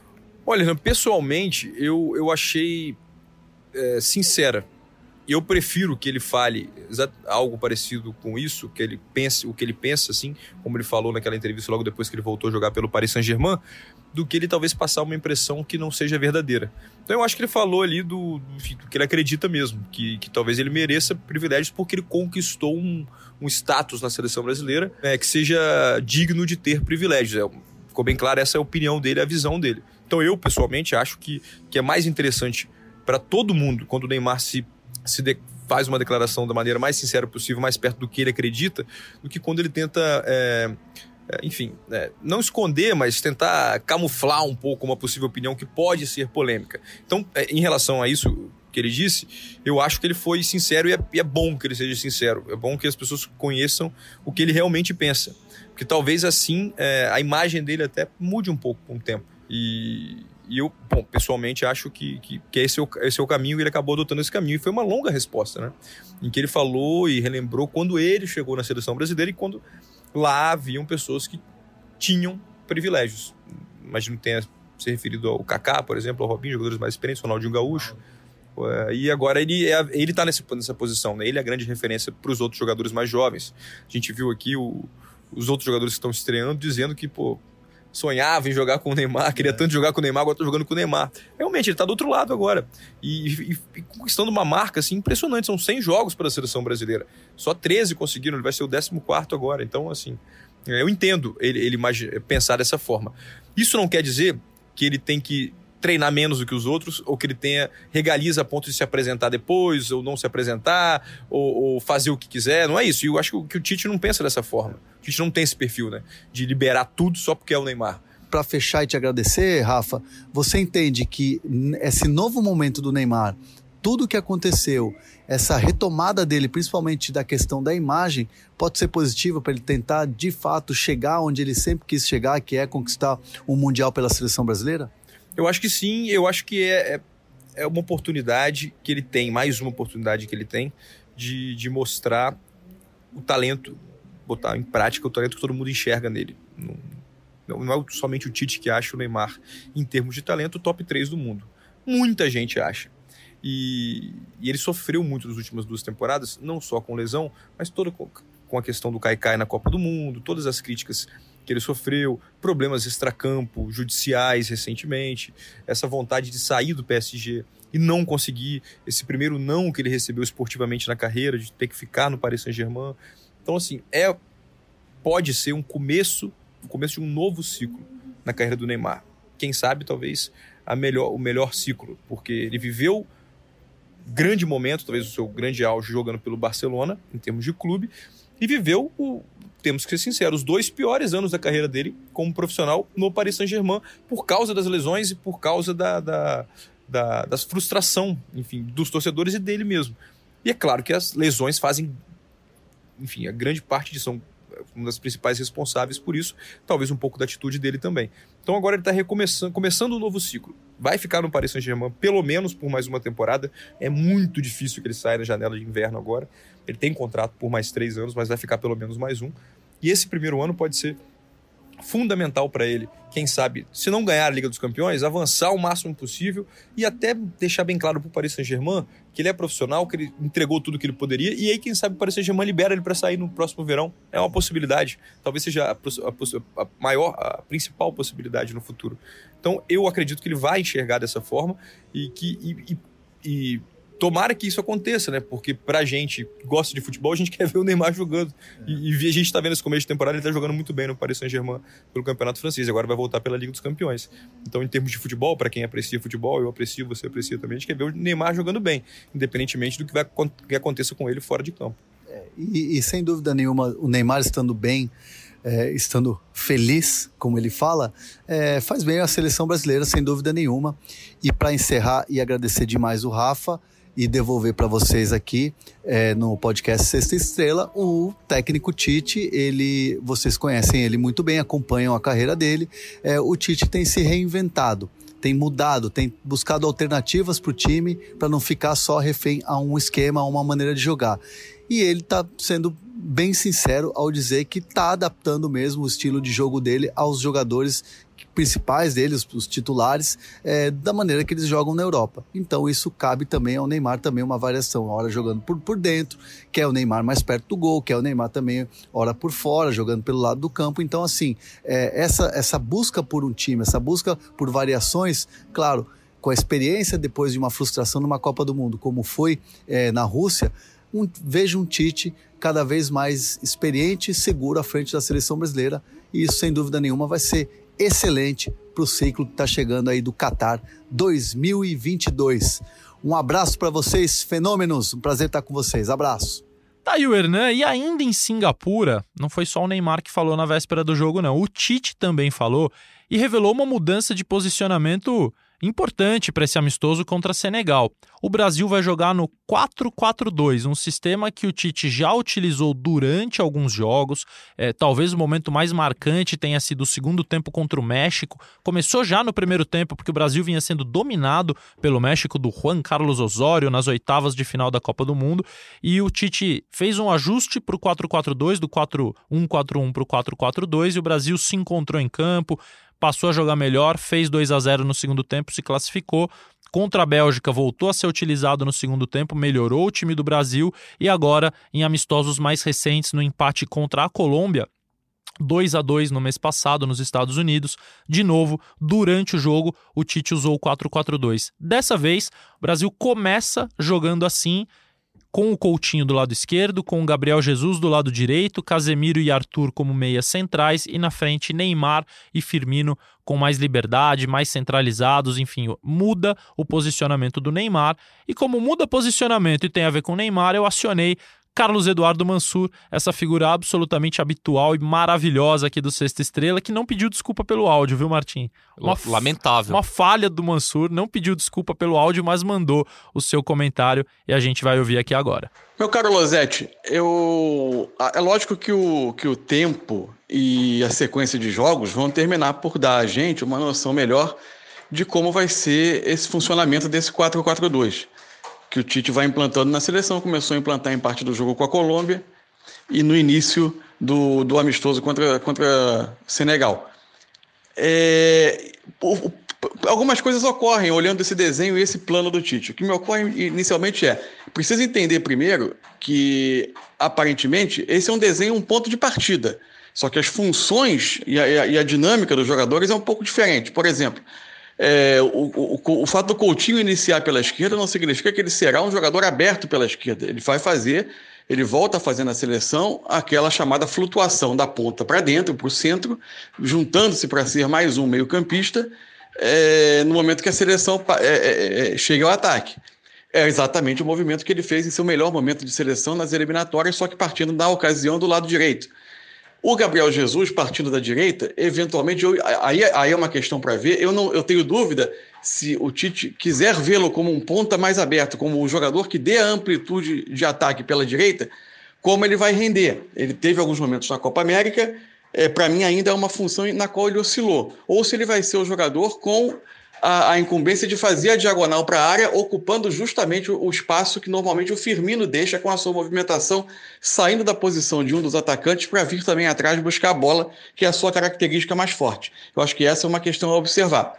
Olha, pessoalmente, eu, eu achei é, sincera. Eu prefiro que ele fale algo parecido com isso, que ele pense o que ele pensa, assim, como ele falou naquela entrevista logo depois que ele voltou a jogar pelo Paris Saint-Germain, do que ele talvez passar uma impressão que não seja verdadeira. Então eu acho que ele falou ali do, do, do que ele acredita mesmo, que, que talvez ele mereça privilégios porque ele conquistou um, um status na seleção brasileira, né, que seja digno de ter privilégios. É, ficou bem claro, essa é a opinião dele, a visão dele. Então eu, pessoalmente, acho que, que é mais interessante para todo mundo quando o Neymar se se de, faz uma declaração da maneira mais sincera possível, mais perto do que ele acredita, do que quando ele tenta, é, é, enfim, é, não esconder, mas tentar camuflar um pouco uma possível opinião que pode ser polêmica. Então, é, em relação a isso que ele disse, eu acho que ele foi sincero e é, e é bom que ele seja sincero, é bom que as pessoas conheçam o que ele realmente pensa, porque talvez assim é, a imagem dele até mude um pouco com o tempo. E... E eu, bom, pessoalmente acho que, que, que esse, é o, esse é o caminho, e ele acabou adotando esse caminho. E foi uma longa resposta, né? Em que ele falou e relembrou quando ele chegou na seleção brasileira e quando lá haviam pessoas que tinham privilégios. Imagino que tenha se referido ao Kaká, por exemplo, ao Robinho, jogadores mais experientes, ao Ronaldinho Gaúcho. E agora ele é, ele está nessa posição, né? Ele é a grande referência para os outros jogadores mais jovens. A gente viu aqui o, os outros jogadores que estão estreando dizendo que, pô, sonhava em jogar com o Neymar, queria é. tanto jogar com o Neymar, agora tô jogando com o Neymar. Realmente, ele tá do outro lado agora. E, e, e conquistando uma marca assim, impressionante. São cem jogos para a seleção brasileira. Só treze conseguiram, ele vai ser o décimo quarto agora. Então, assim, eu entendo ele, ele imagine, pensar dessa forma. Isso não quer dizer que ele tem que treinar menos do que os outros, ou que ele tenha regalias a ponto de se apresentar depois, ou não se apresentar, ou, ou fazer o que quiser. Não é isso. E eu acho que o, que o Tite não pensa dessa forma. O Tite não tem esse perfil, né? De liberar tudo só porque é o Neymar. Para fechar e te agradecer, Rafa, você entende que esse novo momento do Neymar, tudo o que aconteceu, essa retomada dele, principalmente da questão da imagem, pode ser positiva para ele tentar, de fato, chegar onde ele sempre quis chegar, que é conquistar um Mundial pela seleção brasileira? Eu acho que sim, eu acho que é, é, é uma oportunidade que ele tem, mais uma oportunidade que ele tem, de, de mostrar o talento, botar em prática o talento que todo mundo enxerga nele. Não, não é somente o Tite que acha o Neymar, em termos de talento, o top três do mundo. Muita gente acha. E, e ele sofreu muito nas últimas duas temporadas, não só com lesão, mas toda com, com a questão do Caicai na Copa do Mundo, todas as críticas que ele sofreu, problemas extracampo, judiciais recentemente, essa vontade de sair do P S G e não conseguir, esse primeiro não que ele recebeu esportivamente na carreira, de ter que ficar no Paris Saint-Germain. Então, assim, é, pode ser um começo, o começo de um novo ciclo na carreira do Neymar. Quem sabe, talvez, a melhor, o melhor ciclo, porque ele viveu grande momento, talvez o seu grande auge jogando pelo Barcelona, em termos de clube, e viveu, o, temos que ser sinceros, os dois piores anos da carreira dele como profissional no Paris Saint-Germain, por causa das lesões e por causa da, da, da, da frustração, enfim, dos torcedores e dele mesmo. E é claro que as lesões fazem, enfim, a grande parte de são uma das principais responsáveis por isso, talvez um pouco da atitude dele também. Então agora ele está recomeçando, começando um novo ciclo. Vai ficar no Paris Saint-Germain pelo menos por mais uma temporada. É muito difícil que ele saia na janela de inverno agora. Ele tem contrato por mais três anos, mas vai ficar pelo menos mais um. E esse primeiro ano pode ser fundamental para ele, quem sabe, se não ganhar a Liga dos Campeões, avançar o máximo possível e até deixar bem claro para o Paris Saint-Germain que ele é profissional, que ele entregou tudo que ele poderia, e aí quem sabe o Paris Saint-Germain libera ele para sair no próximo verão. É uma possibilidade, talvez seja a, a, a maior, a principal possibilidade no futuro. Então eu acredito que ele vai enxergar dessa forma e que e, e, e tomara que isso aconteça, né? Porque pra gente que gosta de futebol, a gente quer ver o Neymar jogando. É. E, e a gente tá vendo esse começo de temporada, ele tá jogando muito bem no Paris Saint-Germain pelo Campeonato Francês. Agora vai voltar pela Liga dos Campeões. Então, em termos de futebol, pra quem aprecia futebol, eu aprecio, você aprecia também, a gente quer ver o Neymar jogando bem, independentemente do que, vai, que aconteça com ele fora de campo. É, e, e sem dúvida nenhuma, o Neymar estando bem, é, estando feliz, como ele fala, é, faz bem a seleção brasileira, sem dúvida nenhuma. E para encerrar e agradecer demais o Rafa, e devolver para vocês aqui é, no podcast Sexta Estrela, o técnico Tite, ele, vocês conhecem ele muito bem, acompanham a carreira dele. É, o Tite tem se reinventado, tem mudado, tem buscado alternativas para o time, para não ficar só refém a um esquema, a uma maneira de jogar. E ele está sendo bem sincero ao dizer que está adaptando mesmo o estilo de jogo dele aos jogadores principais deles, os titulares, é, da maneira que eles jogam na Europa. Então isso cabe também ao Neymar, também uma variação, hora jogando por, por dentro, quer o Neymar mais perto do gol, quer o Neymar também hora por fora, jogando pelo lado do campo. Então assim, é, essa, essa busca por um time, essa busca por variações, claro, com a experiência depois de uma frustração numa Copa do Mundo, como foi é, na Rússia, um, vejo um Tite cada vez mais experiente e seguro à frente da seleção brasileira, e isso sem dúvida nenhuma vai ser excelente para o ciclo que está chegando aí do Qatar dois mil e vinte e dois. Um abraço para vocês, fenômenos, um prazer estar com vocês, abraço. Tá aí o Hernan, e ainda em Singapura, não foi só o Neymar que falou na véspera do jogo não, o Tite também falou e revelou uma mudança de posicionamento importante para esse amistoso contra Senegal. O Brasil vai jogar no quatro quatro dois, um sistema que o Tite já utilizou durante alguns jogos. É, talvez o momento mais marcante tenha sido o segundo tempo contra o México. Começou já no primeiro tempo, porque o Brasil vinha sendo dominado pelo México do Juan Carlos Osório nas oitavas de final da Copa do Mundo. E o Tite fez um ajuste para o quatro quatro dois, do quatro um quatro um para o quatro quatro dois, e o Brasil se encontrou em campo, passou a jogar melhor, fez dois a zero no segundo tempo, se classificou. Contra a Bélgica voltou a ser utilizado no segundo tempo, melhorou o time do Brasil e agora em amistosos mais recentes, no empate contra a Colômbia, dois a dois no mês passado nos Estados Unidos, de novo, durante o jogo, o Tite usou o quatro quatro dois. Dessa vez, o Brasil começa jogando assim, com o Coutinho do lado esquerdo, com o Gabriel Jesus do lado direito, Casemiro e Arthur como meias centrais e na frente Neymar e Firmino com mais liberdade, mais centralizados, enfim, muda o posicionamento do Neymar. E como muda posicionamento e tem a ver com o Neymar, eu acionei Carlos Eduardo Mansur, essa figura absolutamente habitual e maravilhosa aqui do Sexta Estrela, que não pediu desculpa pelo áudio, viu, Martim? Uma, Lamentável. Uma falha do Mansur, não pediu desculpa pelo áudio, mas mandou o seu comentário e a gente vai ouvir aqui agora. Meu caro Losetti, eu... é lógico que o, que o tempo e a sequência de jogos vão terminar por dar a gente uma noção melhor de como vai ser esse funcionamento desse quatro quatro dois. Que o Tite vai implantando na seleção, começou a implantar em parte do jogo com a Colômbia, e e no início do, do amistoso contra, contra Senegal. É, o, o, algumas coisas ocorrem olhando esse desenho e esse plano do Tite. O que me ocorre inicialmente é, precisa entender primeiro que, aparentemente, esse é um desenho, um ponto de partida. Só que as funções e a, e a dinâmica dos jogadores é um pouco diferente. Por exemplo, é, o, o, o fato do Coutinho iniciar pela esquerda não significa que ele será um jogador aberto pela esquerda. Ele vai fazer, ele volta a fazer na seleção aquela chamada flutuação da ponta para dentro, para o centro, juntando-se para ser mais um meio-campista, é, no momento que a seleção é, é, chega ao ataque. É exatamente o movimento que ele fez em seu melhor momento de seleção nas eliminatórias, só que partindo na ocasião do lado direito. O Gabriel Jesus, partindo da direita, eventualmente, eu, aí, aí é uma questão para ver, eu, não, eu tenho dúvida se o Tite quiser vê-lo como um ponta mais aberto, como um jogador que dê a amplitude de ataque pela direita, como ele vai render. Ele teve alguns momentos na Copa América, é, para mim ainda é uma função na qual ele oscilou. Ou se ele vai ser o jogador com a, a incumbência de fazer a diagonal para a área, ocupando justamente o, o espaço que normalmente o Firmino deixa com a sua movimentação, saindo da posição de um dos atacantes para vir também atrás buscar a bola, que é a sua característica mais forte. Eu acho que essa é uma questão a observar.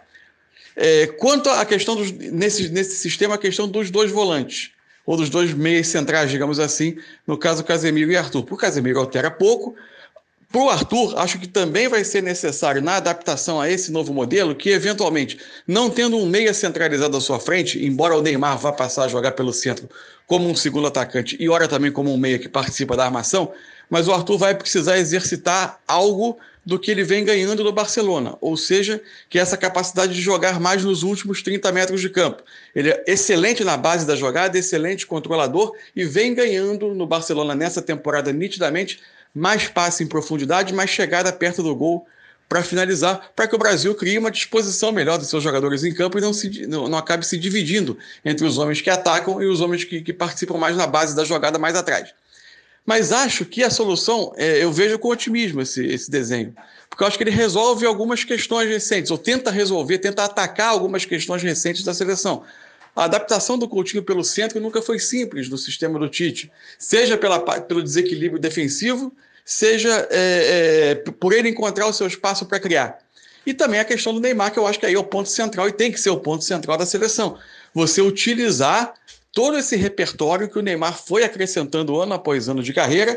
É, quanto à questão, dos, nesse, nesse sistema, a questão dos dois volantes, ou dos dois meias centrais, digamos assim, no caso Casemiro e Arthur. Para o Casemiro altera pouco. Para o Arthur, acho que também vai ser necessário, na adaptação a esse novo modelo, que eventualmente, não tendo um meia centralizado à sua frente, embora o Neymar vá passar a jogar pelo centro como um segundo atacante e ora também como um meia que participa da armação, mas o Arthur vai precisar exercitar algo do que ele vem ganhando no Barcelona, ou seja, que é essa capacidade de jogar mais nos últimos trinta metros de campo. Ele é excelente na base da jogada, excelente controlador e vem ganhando no Barcelona nessa temporada nitidamente mais passe em profundidade, mais chegada perto do gol para finalizar, para que o Brasil crie uma disposição melhor dos seus jogadores em campo e não, se, não, não acabe se dividindo entre os homens que atacam e os homens que, que participam mais na base da jogada mais atrás. Mas acho que a solução, é, eu vejo com otimismo esse, esse desenho, porque eu acho que ele resolve algumas questões recentes, ou tenta resolver, tenta atacar algumas questões recentes da seleção. A adaptação do Coutinho pelo centro nunca foi simples no sistema do Tite, seja pela, pelo desequilíbrio defensivo, seja é, é, por ele encontrar o seu espaço para criar. E também a questão do Neymar, que eu acho que aí é o ponto central e tem que ser o ponto central da seleção. Você utilizar todo esse repertório que o Neymar foi acrescentando ano após ano de carreira,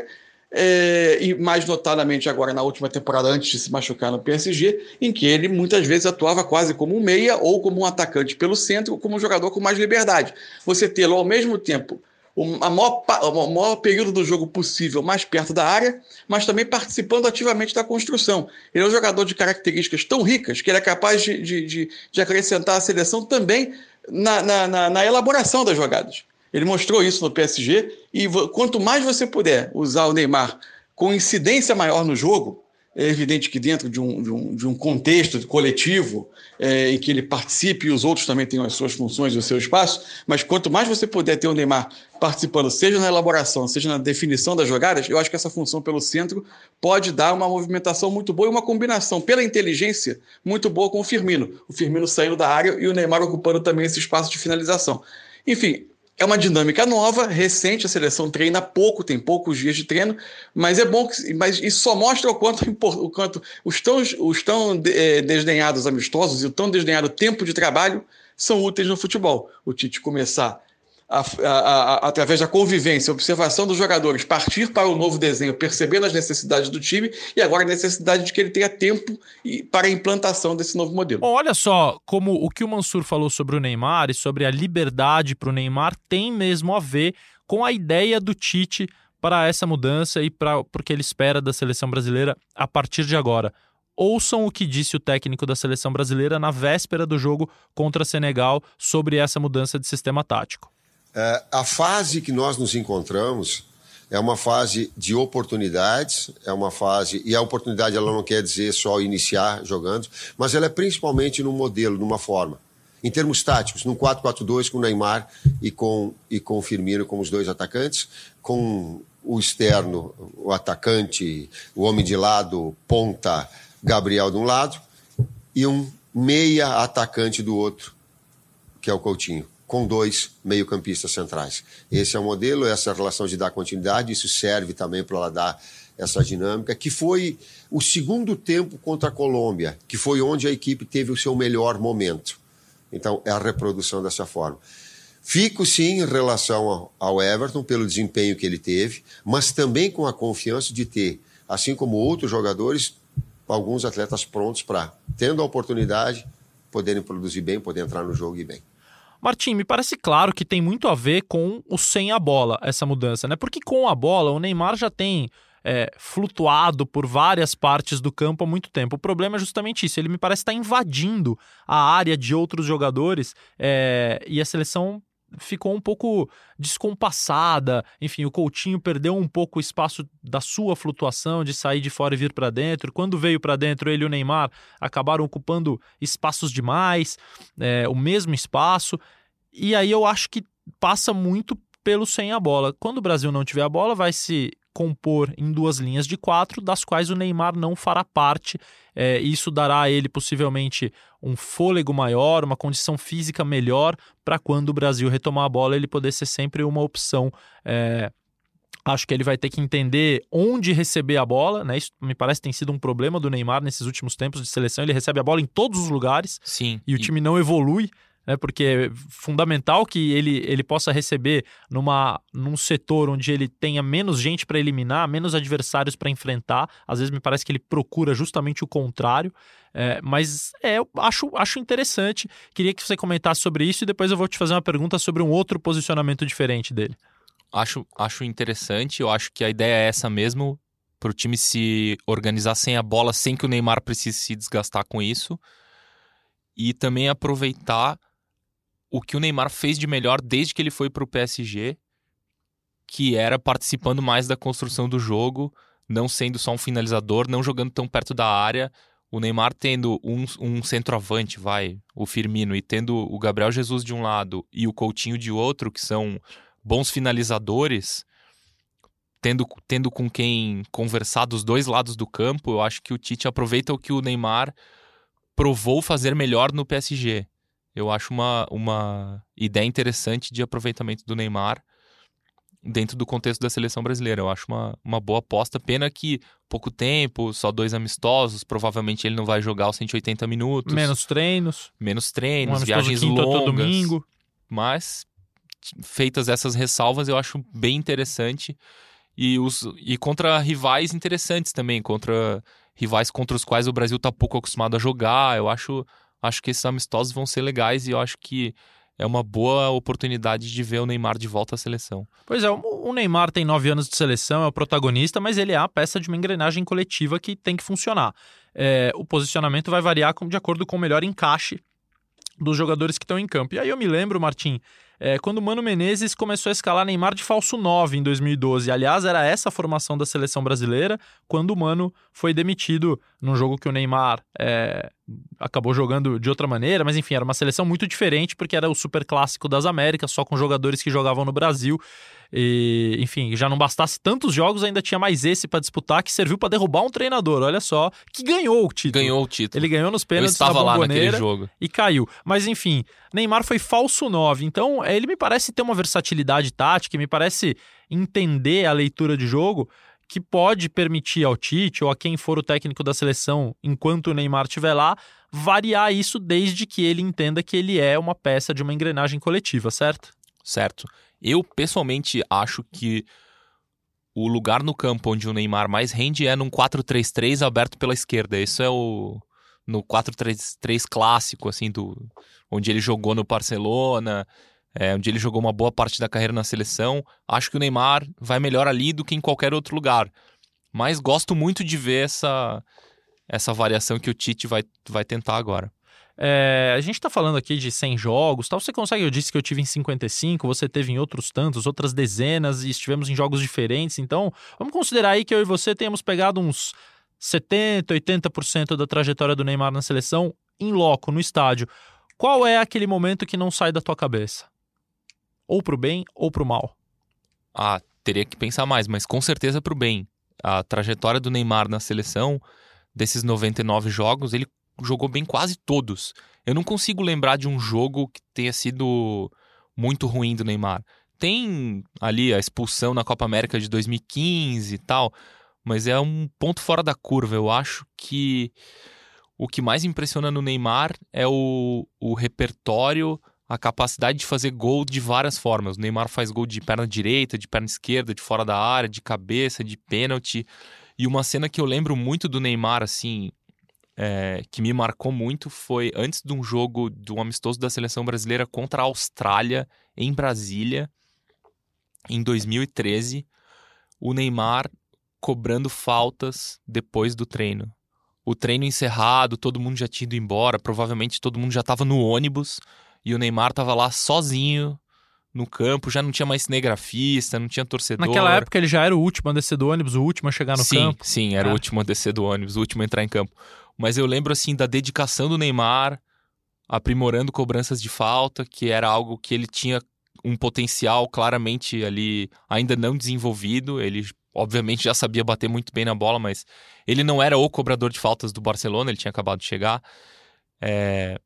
é, e mais notadamente agora na última temporada antes de se machucar no P S G, em que ele muitas vezes atuava quase como um meia ou como um atacante pelo centro, ou como um jogador com mais liberdade. Você tê-lo ao mesmo tempo o maior, o maior período do jogo possível mais perto da área, mas também participando ativamente da construção. Ele é um jogador de características tão ricas que ele é capaz de, de, de, de acrescentar à seleção também na, na, na, na elaboração das jogadas. Ele mostrou isso no P S G e quanto mais você puder usar o Neymar com incidência maior no jogo, é evidente que dentro de um, de um, de um contexto coletivo é, em que ele participe e os outros também tenham as suas funções e o seu espaço, mas quanto mais você puder ter o Neymar participando, seja na elaboração, seja na definição das jogadas, eu acho que essa função pelo centro pode dar uma movimentação muito boa e uma combinação pela inteligência muito boa com o Firmino. O Firmino saindo da área e o Neymar ocupando também esse espaço de finalização. Enfim, é uma dinâmica nova, recente, a seleção treina pouco, tem poucos dias de treino, mas é bom que, mas isso só mostra o quanto, o quanto os tão, os tão é, desdenhados amistosos e o tão desdenhado tempo de trabalho são úteis no futebol. O Tite começar a, a, a, através da convivência, observação dos jogadores, partir para o novo desenho, percebendo as necessidades do time e agora a necessidade de que ele tenha tempo para a implantação desse novo modelo. Bom, olha só como o que o Mansur falou sobre o Neymar e sobre a liberdade para o Neymar tem mesmo a ver com a ideia do Tite para essa mudança e para o que ele espera da seleção brasileira a partir de agora. Ouçam o que disse o técnico da seleção brasileira na véspera do jogo contra Senegal sobre essa mudança de sistema tático. É, a fase que nós nos encontramos é uma fase de oportunidades, é uma fase, e a oportunidade ela não quer dizer só iniciar jogando, mas ela é principalmente num modelo, numa forma. Em termos táticos, num quatro quatro dois com o Neymar e com, e com o Firmino como os dois atacantes, com o externo, o atacante, o homem de lado, ponta, Gabriel de um lado, e um meia atacante do outro, que é o Coutinho, com dois meio-campistas centrais. Esse é o modelo, essa é a relação de dar continuidade, isso serve também para ela dar essa dinâmica, que foi o segundo tempo contra a Colômbia, que foi onde a equipe teve o seu melhor momento. Então, é a reprodução dessa forma. Fico, sim, em relação ao, ao Everton, pelo desempenho que ele teve, mas também com a confiança de ter, assim como outros jogadores, alguns atletas prontos para, tendo a oportunidade, poderem produzir bem, poder entrar no jogo e ir bem. Martim, me parece claro que tem muito a ver com o sem a bola, essa mudança, né? Porque com a bola, o Neymar já tem é, flutuado por várias partes do campo há muito tempo. O problema é justamente isso, ele me parece estar invadindo a área de outros jogadores é, e a seleção ficou um pouco descompassada. Enfim, o Coutinho perdeu um pouco o espaço da sua flutuação, de sair de fora e vir para dentro. Quando veio para dentro, ele e o Neymar acabaram ocupando espaços demais, é, o mesmo espaço. E aí eu acho que passa muito pelo sem a bola. Quando o Brasil não tiver a bola, vai se compor em duas linhas de quatro, das quais o Neymar não fará parte. É, isso dará a ele possivelmente um fôlego maior, uma condição física melhor, para quando o Brasil retomar a bola ele poder ser sempre uma opção. É, acho que ele vai ter que entender onde receber a bola, né? Isso me parece que tem sido um problema do Neymar nesses últimos tempos de seleção. Ele recebe a bola em todos os lugares. Sim, e o time não evolui. É porque é fundamental que ele, ele possa receber numa, num setor onde ele tenha menos gente para eliminar, menos adversários para enfrentar. Às vezes me parece que ele procura justamente o contrário. É, mas é, eu acho, acho interessante. Queria que você comentasse sobre isso e depois eu vou te fazer uma pergunta sobre um outro posicionamento diferente dele. Acho, acho interessante. Eu acho que a ideia é essa mesmo, para o time se organizar sem a bola, sem que o Neymar precise se desgastar com isso. E também aproveitar o que o Neymar fez de melhor desde que ele foi para o P S G, que era participando mais da construção do jogo, não sendo só um finalizador, não jogando tão perto da área. O Neymar tendo um, um centroavante, vai, o Firmino, e tendo o Gabriel Jesus de um lado e o Coutinho de outro, que são bons finalizadores, tendo, tendo com quem conversar dos dois lados do campo, eu acho que o Tite aproveita o que o Neymar provou fazer melhor no P S G. Eu acho uma, uma ideia interessante de aproveitamento do Neymar dentro do contexto da seleção brasileira. Eu acho uma, uma boa aposta. Pena que pouco tempo, só dois amistosos, provavelmente ele não vai jogar os cento e oitenta minutos. Menos treinos. Menos treinos, um viagens quinta longas. Todo domingo. Mas, feitas essas ressalvas, eu acho bem interessante. E, os, e contra rivais interessantes também, contra rivais contra os quais o Brasil está pouco acostumado a jogar. Eu acho... Acho que esses amistosos vão ser legais e eu acho que é uma boa oportunidade de ver o Neymar de volta à seleção. Pois é, o Neymar tem nove anos de seleção, é o protagonista, mas ele é a peça de uma engrenagem coletiva que tem que funcionar. É, o posicionamento vai variar de acordo com o melhor encaixe dos jogadores que estão em campo. E aí eu me lembro, Martim, é, quando o Mano Menezes começou a escalar Neymar de falso nove em dois mil e doze. Aliás, era essa a formação da seleção brasileira quando o Mano foi demitido num jogo que o Neymar é, acabou jogando de outra maneira, mas enfim, era uma seleção muito diferente porque era o Superclássico das Américas, só com jogadores que jogavam no Brasil. E, enfim, já não bastasse tantos jogos, ainda tinha mais esse para disputar, que serviu para derrubar um treinador, olha só, que ganhou o título. Ganhou o título. Ele ganhou nos pênaltis Eu estava na lá naquele Bombonera jogo. E caiu. Mas enfim, Neymar foi falso nove, então ele me parece ter uma versatilidade tática, me parece entender a leitura de jogo que pode permitir ao Tite ou a quem for o técnico da seleção enquanto o Neymar estiver lá, variar isso desde que ele entenda que ele é uma peça de uma engrenagem coletiva, certo? Certo. Eu, pessoalmente, acho que o lugar no campo onde o Neymar mais rende é num quatro três três aberto pela esquerda. Isso é o... no quatro três três clássico, assim, do... onde ele jogou no Barcelona, é, onde ele jogou uma boa parte da carreira na seleção. Acho que o Neymar vai melhor ali do que em qualquer outro lugar. Mas gosto muito de ver essa, essa variação que o Tite vai, vai tentar agora. É, a gente está falando aqui de cem jogos, tal. Você consegue, eu disse que eu tive em cinquenta e cinco, você teve em outros tantos, outras dezenas, e estivemos em jogos diferentes. Então, vamos considerar aí que eu e você tenhamos pegado uns setenta, oitenta por cento da trajetória do Neymar na seleção em loco, no estádio. Qual é aquele momento que não sai da tua cabeça? Ou pro bem ou pro mal? Ah, teria que pensar mais, mas com certeza pro bem. A trajetória do Neymar na seleção, desses noventa e nove jogos, ele jogou bem quase todos. Eu não consigo lembrar de um jogo que tenha sido muito ruim do Neymar. Tem ali a expulsão na Copa América de dois mil e quinze e tal, mas é um ponto fora da curva. Eu acho que o que mais impressiona no Neymar é o, o repertório, a capacidade de fazer gol de várias formas. O Neymar faz gol de perna direita, de perna esquerda, de fora da área, de cabeça, de pênalti. E uma cena que eu lembro muito do Neymar, assim, é, que me marcou muito, foi antes de um jogo do amistoso da seleção brasileira contra a Austrália, em Brasília, em dois mil e treze, o Neymar cobrando faltas depois do treino. O treino encerrado, todo mundo já tinha ido embora, provavelmente todo mundo já estava no ônibus, e o Neymar estava lá sozinho no campo, já não tinha mais cinegrafista, não tinha torcedor. Naquela época ele já era o último a descer do ônibus, o último a chegar no sim, campo. Sim, era é. o último a descer do ônibus, o último a entrar em campo. Mas eu lembro, assim, da dedicação do Neymar, aprimorando cobranças de falta, que era algo que ele tinha um potencial claramente ali ainda não desenvolvido. Ele obviamente já sabia bater muito bem na bola, mas ele não era o cobrador de faltas do Barcelona, ele tinha acabado de chegar. É...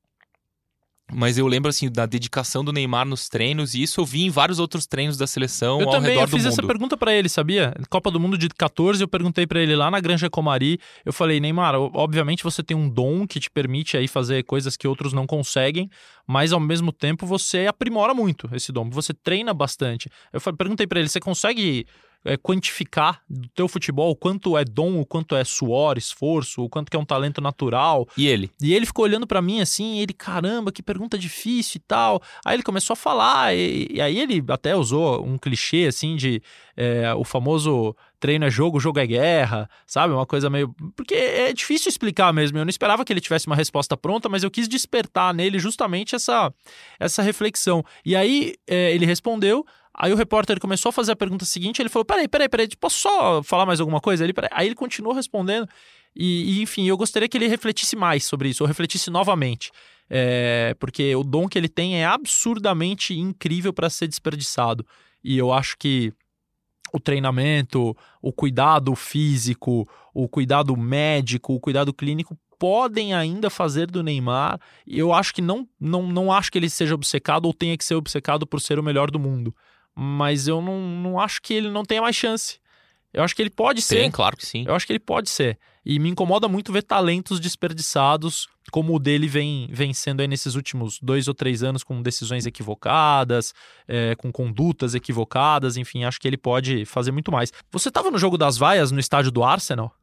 Mas eu lembro, assim, da dedicação do Neymar nos treinos, e isso eu vi em vários outros treinos da seleção eu ao também, redor eu do mundo. fiz essa pergunta pra ele, sabia? Copa do Mundo de catorze, eu perguntei pra ele lá na Granja Comari, eu falei, Neymar, obviamente você tem um dom que te permite aí fazer coisas que outros não conseguem, mas ao mesmo tempo você aprimora muito esse dom, você treina bastante. Eu perguntei pra ele, você consegue... É, quantificar do teu futebol o quanto é dom, o quanto é suor, esforço, o quanto que é um talento natural. E ele? E ele ficou olhando pra mim assim, ele, caramba, que pergunta difícil e tal. Aí ele começou a falar, e, e aí ele até usou um clichê assim de é, o famoso treino é jogo, jogo é guerra, sabe? Uma coisa meio... Porque é difícil explicar mesmo, eu não esperava que ele tivesse uma resposta pronta, mas eu quis despertar nele justamente essa, essa reflexão. E aí é, ele respondeu. Aí o repórter começou a fazer a pergunta seguinte, ele falou, peraí, peraí, peraí, posso só falar mais alguma coisa? Ele, aí ele continuou respondendo, e, e enfim, eu gostaria que ele refletisse mais sobre isso, ou refletisse novamente, é, porque o dom que ele tem é absurdamente incrível para ser desperdiçado, e eu acho que o treinamento, o cuidado físico, o cuidado médico, o cuidado clínico podem ainda fazer do Neymar, e eu acho que não, não, não acho que ele seja obcecado ou tenha que ser obcecado por ser o melhor do mundo. Mas eu não, não acho que ele não tenha mais chance. Eu acho que ele pode ser. Tem, claro que sim. Eu acho que ele pode ser. E me incomoda muito ver talentos desperdiçados, como o dele vem, vem sendo aí nesses últimos dois ou três anos, com decisões equivocadas, é, com condutas equivocadas, enfim, acho que ele pode fazer muito mais. Você estava no jogo das vaias no estádio do Arsenal?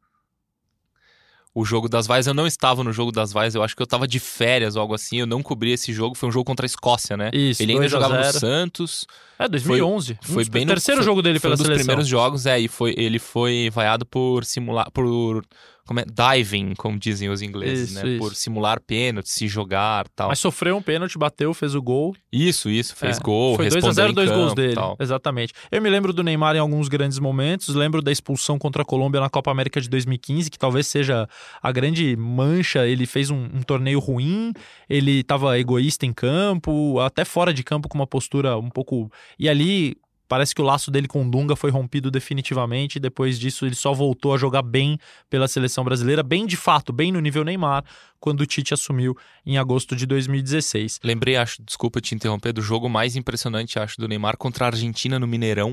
O jogo das vaias, eu não estava no jogo das vaias, eu acho que eu estava de férias ou algo assim, eu não cobri esse jogo, foi um jogo contra a Escócia, né? Isso, ele ainda jogava no Santos. É, dois mil e onze. Foi, foi um bem o no terceiro foi, jogo dele foi pela um dos seleção. primeiros jogos, é, e foi, ele foi vaiado por simular, por como é, diving, como dizem os ingleses, isso, né? Isso. Por simular pênalti, se jogar, tal. Mas sofreu um pênalti, bateu, fez o gol. Isso, isso, fez é, gol, foi dois a zero, dois gols dele, tal. Exatamente. Eu me lembro do Neymar em alguns grandes momentos, lembro da expulsão contra a Colômbia na Copa América de dois mil e quinze, que talvez seja a grande mancha. Ele fez um, um torneio ruim, ele estava egoísta em campo, até fora de campo com uma postura um pouco... E ali... Parece que o laço dele com o Dunga foi rompido definitivamente, e depois disso ele só voltou a jogar bem pela seleção brasileira, bem de fato, bem no nível Neymar, quando o Tite assumiu em agosto de dois mil e dezesseis. Lembrei, acho, desculpa te interromper, do jogo mais impressionante, acho, do Neymar contra a Argentina no Mineirão.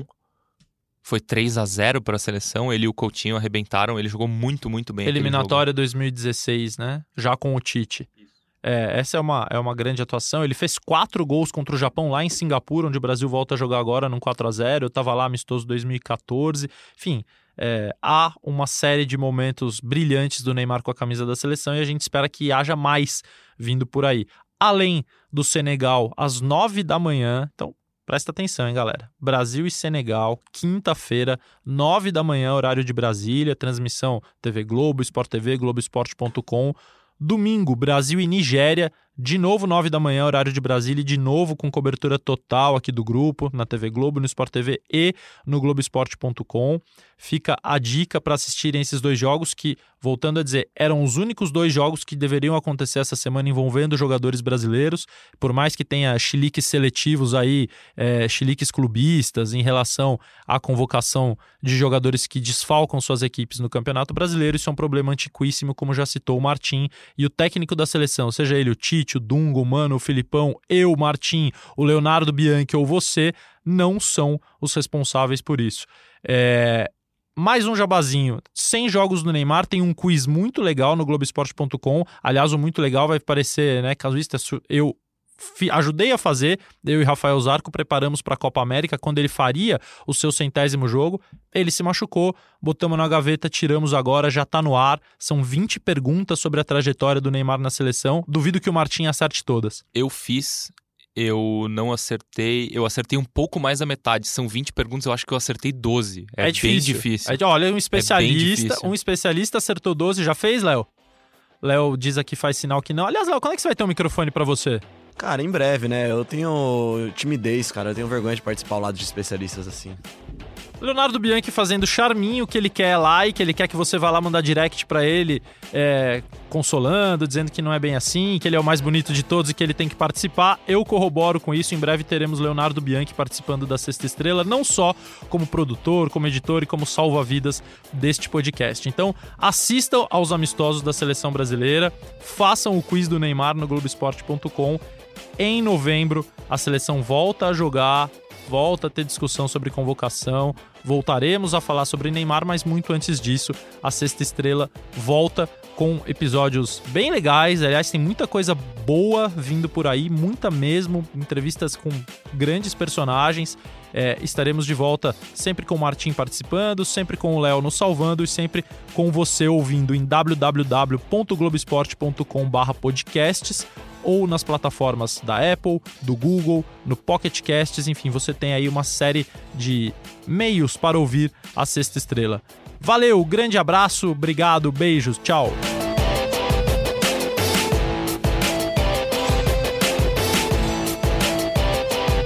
Foi três a zero para a seleção, ele e o Coutinho arrebentaram, ele jogou muito, muito bem. Eliminatória dois mil e dezesseis, né? Já com o Tite. É, essa é uma, é uma grande atuação. Ele fez quatro gols contra o Japão lá em Singapura, onde o Brasil volta a jogar agora num quatro a zero. Eu estava lá amistoso dois mil e catorze. Enfim, é, há uma série de momentos brilhantes do Neymar com a camisa da seleção e a gente espera que haja mais vindo por aí. Além do Senegal, às nove da manhã. Então, presta atenção, hein, galera. Brasil e Senegal, quinta-feira, nove da manhã, horário de Brasília. Transmissão T V Globo, Sport T V, globo esporte ponto com. Domingo, Brasil e Nigéria, de novo nove da manhã, horário de Brasília, e de novo com cobertura total aqui do grupo, na T V Globo, no Sport T V e no globo esporte ponto com. Fica a dica para assistirem esses dois jogos que, voltando a dizer, eram os únicos dois jogos que deveriam acontecer essa semana envolvendo jogadores brasileiros, por mais que tenha chiliques seletivos aí, é, chiliques clubistas em relação à convocação de jogadores que desfalcam suas equipes no Campeonato Brasileiro. Isso é um problema antiquíssimo, como já citou o Martim, e o técnico da seleção, seja ele o Tite, o Dunga, o Mano, o Filipão, eu, Martim, o Leonardo Bianchi ou você, não são os responsáveis por isso. É... mais um jabazinho. cem jogos do Neymar, tem um quiz muito legal no Globoesporte ponto com. Aliás, o muito legal vai parecer, né, casuísta, eu ajudei a fazer, eu e Rafael Zarco preparamos para a Copa América, quando ele faria o seu centésimo jogo, ele se machucou, botamos na gaveta, tiramos agora, já tá no ar, são vinte perguntas sobre a trajetória do Neymar na seleção, duvido que o Martim acerte todas. Eu fiz, eu não acertei, eu acertei um pouco mais da metade, são vinte perguntas, eu acho que eu acertei doze, é, é difícil. bem difícil. É, olha, um especialista, é um especialista acertou doze, já fez, Léo? Léo diz aqui, faz sinal que não. Aliás, Léo, quando é que você vai ter um microfone para você? Cara, em breve, né? Eu tenho timidez, cara. Eu tenho vergonha de participar ao lado de especialistas assim. Leonardo Bianchi fazendo charminho que ele quer like, ele quer que você vá lá mandar direct pra ele, é, consolando, dizendo que não é bem assim, que ele é o mais bonito de todos e que ele tem que participar. Eu corroboro com isso, em breve teremos Leonardo Bianchi participando da Sexta Estrela, não só como produtor, como editor e como salva-vidas deste podcast. Então, assistam aos amistosos da Seleção Brasileira, façam o quiz do Neymar no Globoesporte ponto com. Em novembro, a seleção volta a jogar, volta a ter discussão sobre convocação, voltaremos a falar sobre Neymar, mas muito antes disso, a Sexta Estrela volta com episódios bem legais, aliás, tem muita coisa boa vindo por aí, muita mesmo, entrevistas com grandes personagens, é, estaremos de volta sempre com o Martim participando, sempre com o Léo nos salvando e sempre com você ouvindo em w w w ponto globoesporte ponto com barra podcasts ou nas plataformas da Apple, do Google, no Pocket Casts, enfim, você tem aí uma série de meios para ouvir a Sexta Estrela. Valeu, grande abraço, obrigado, beijos, tchau!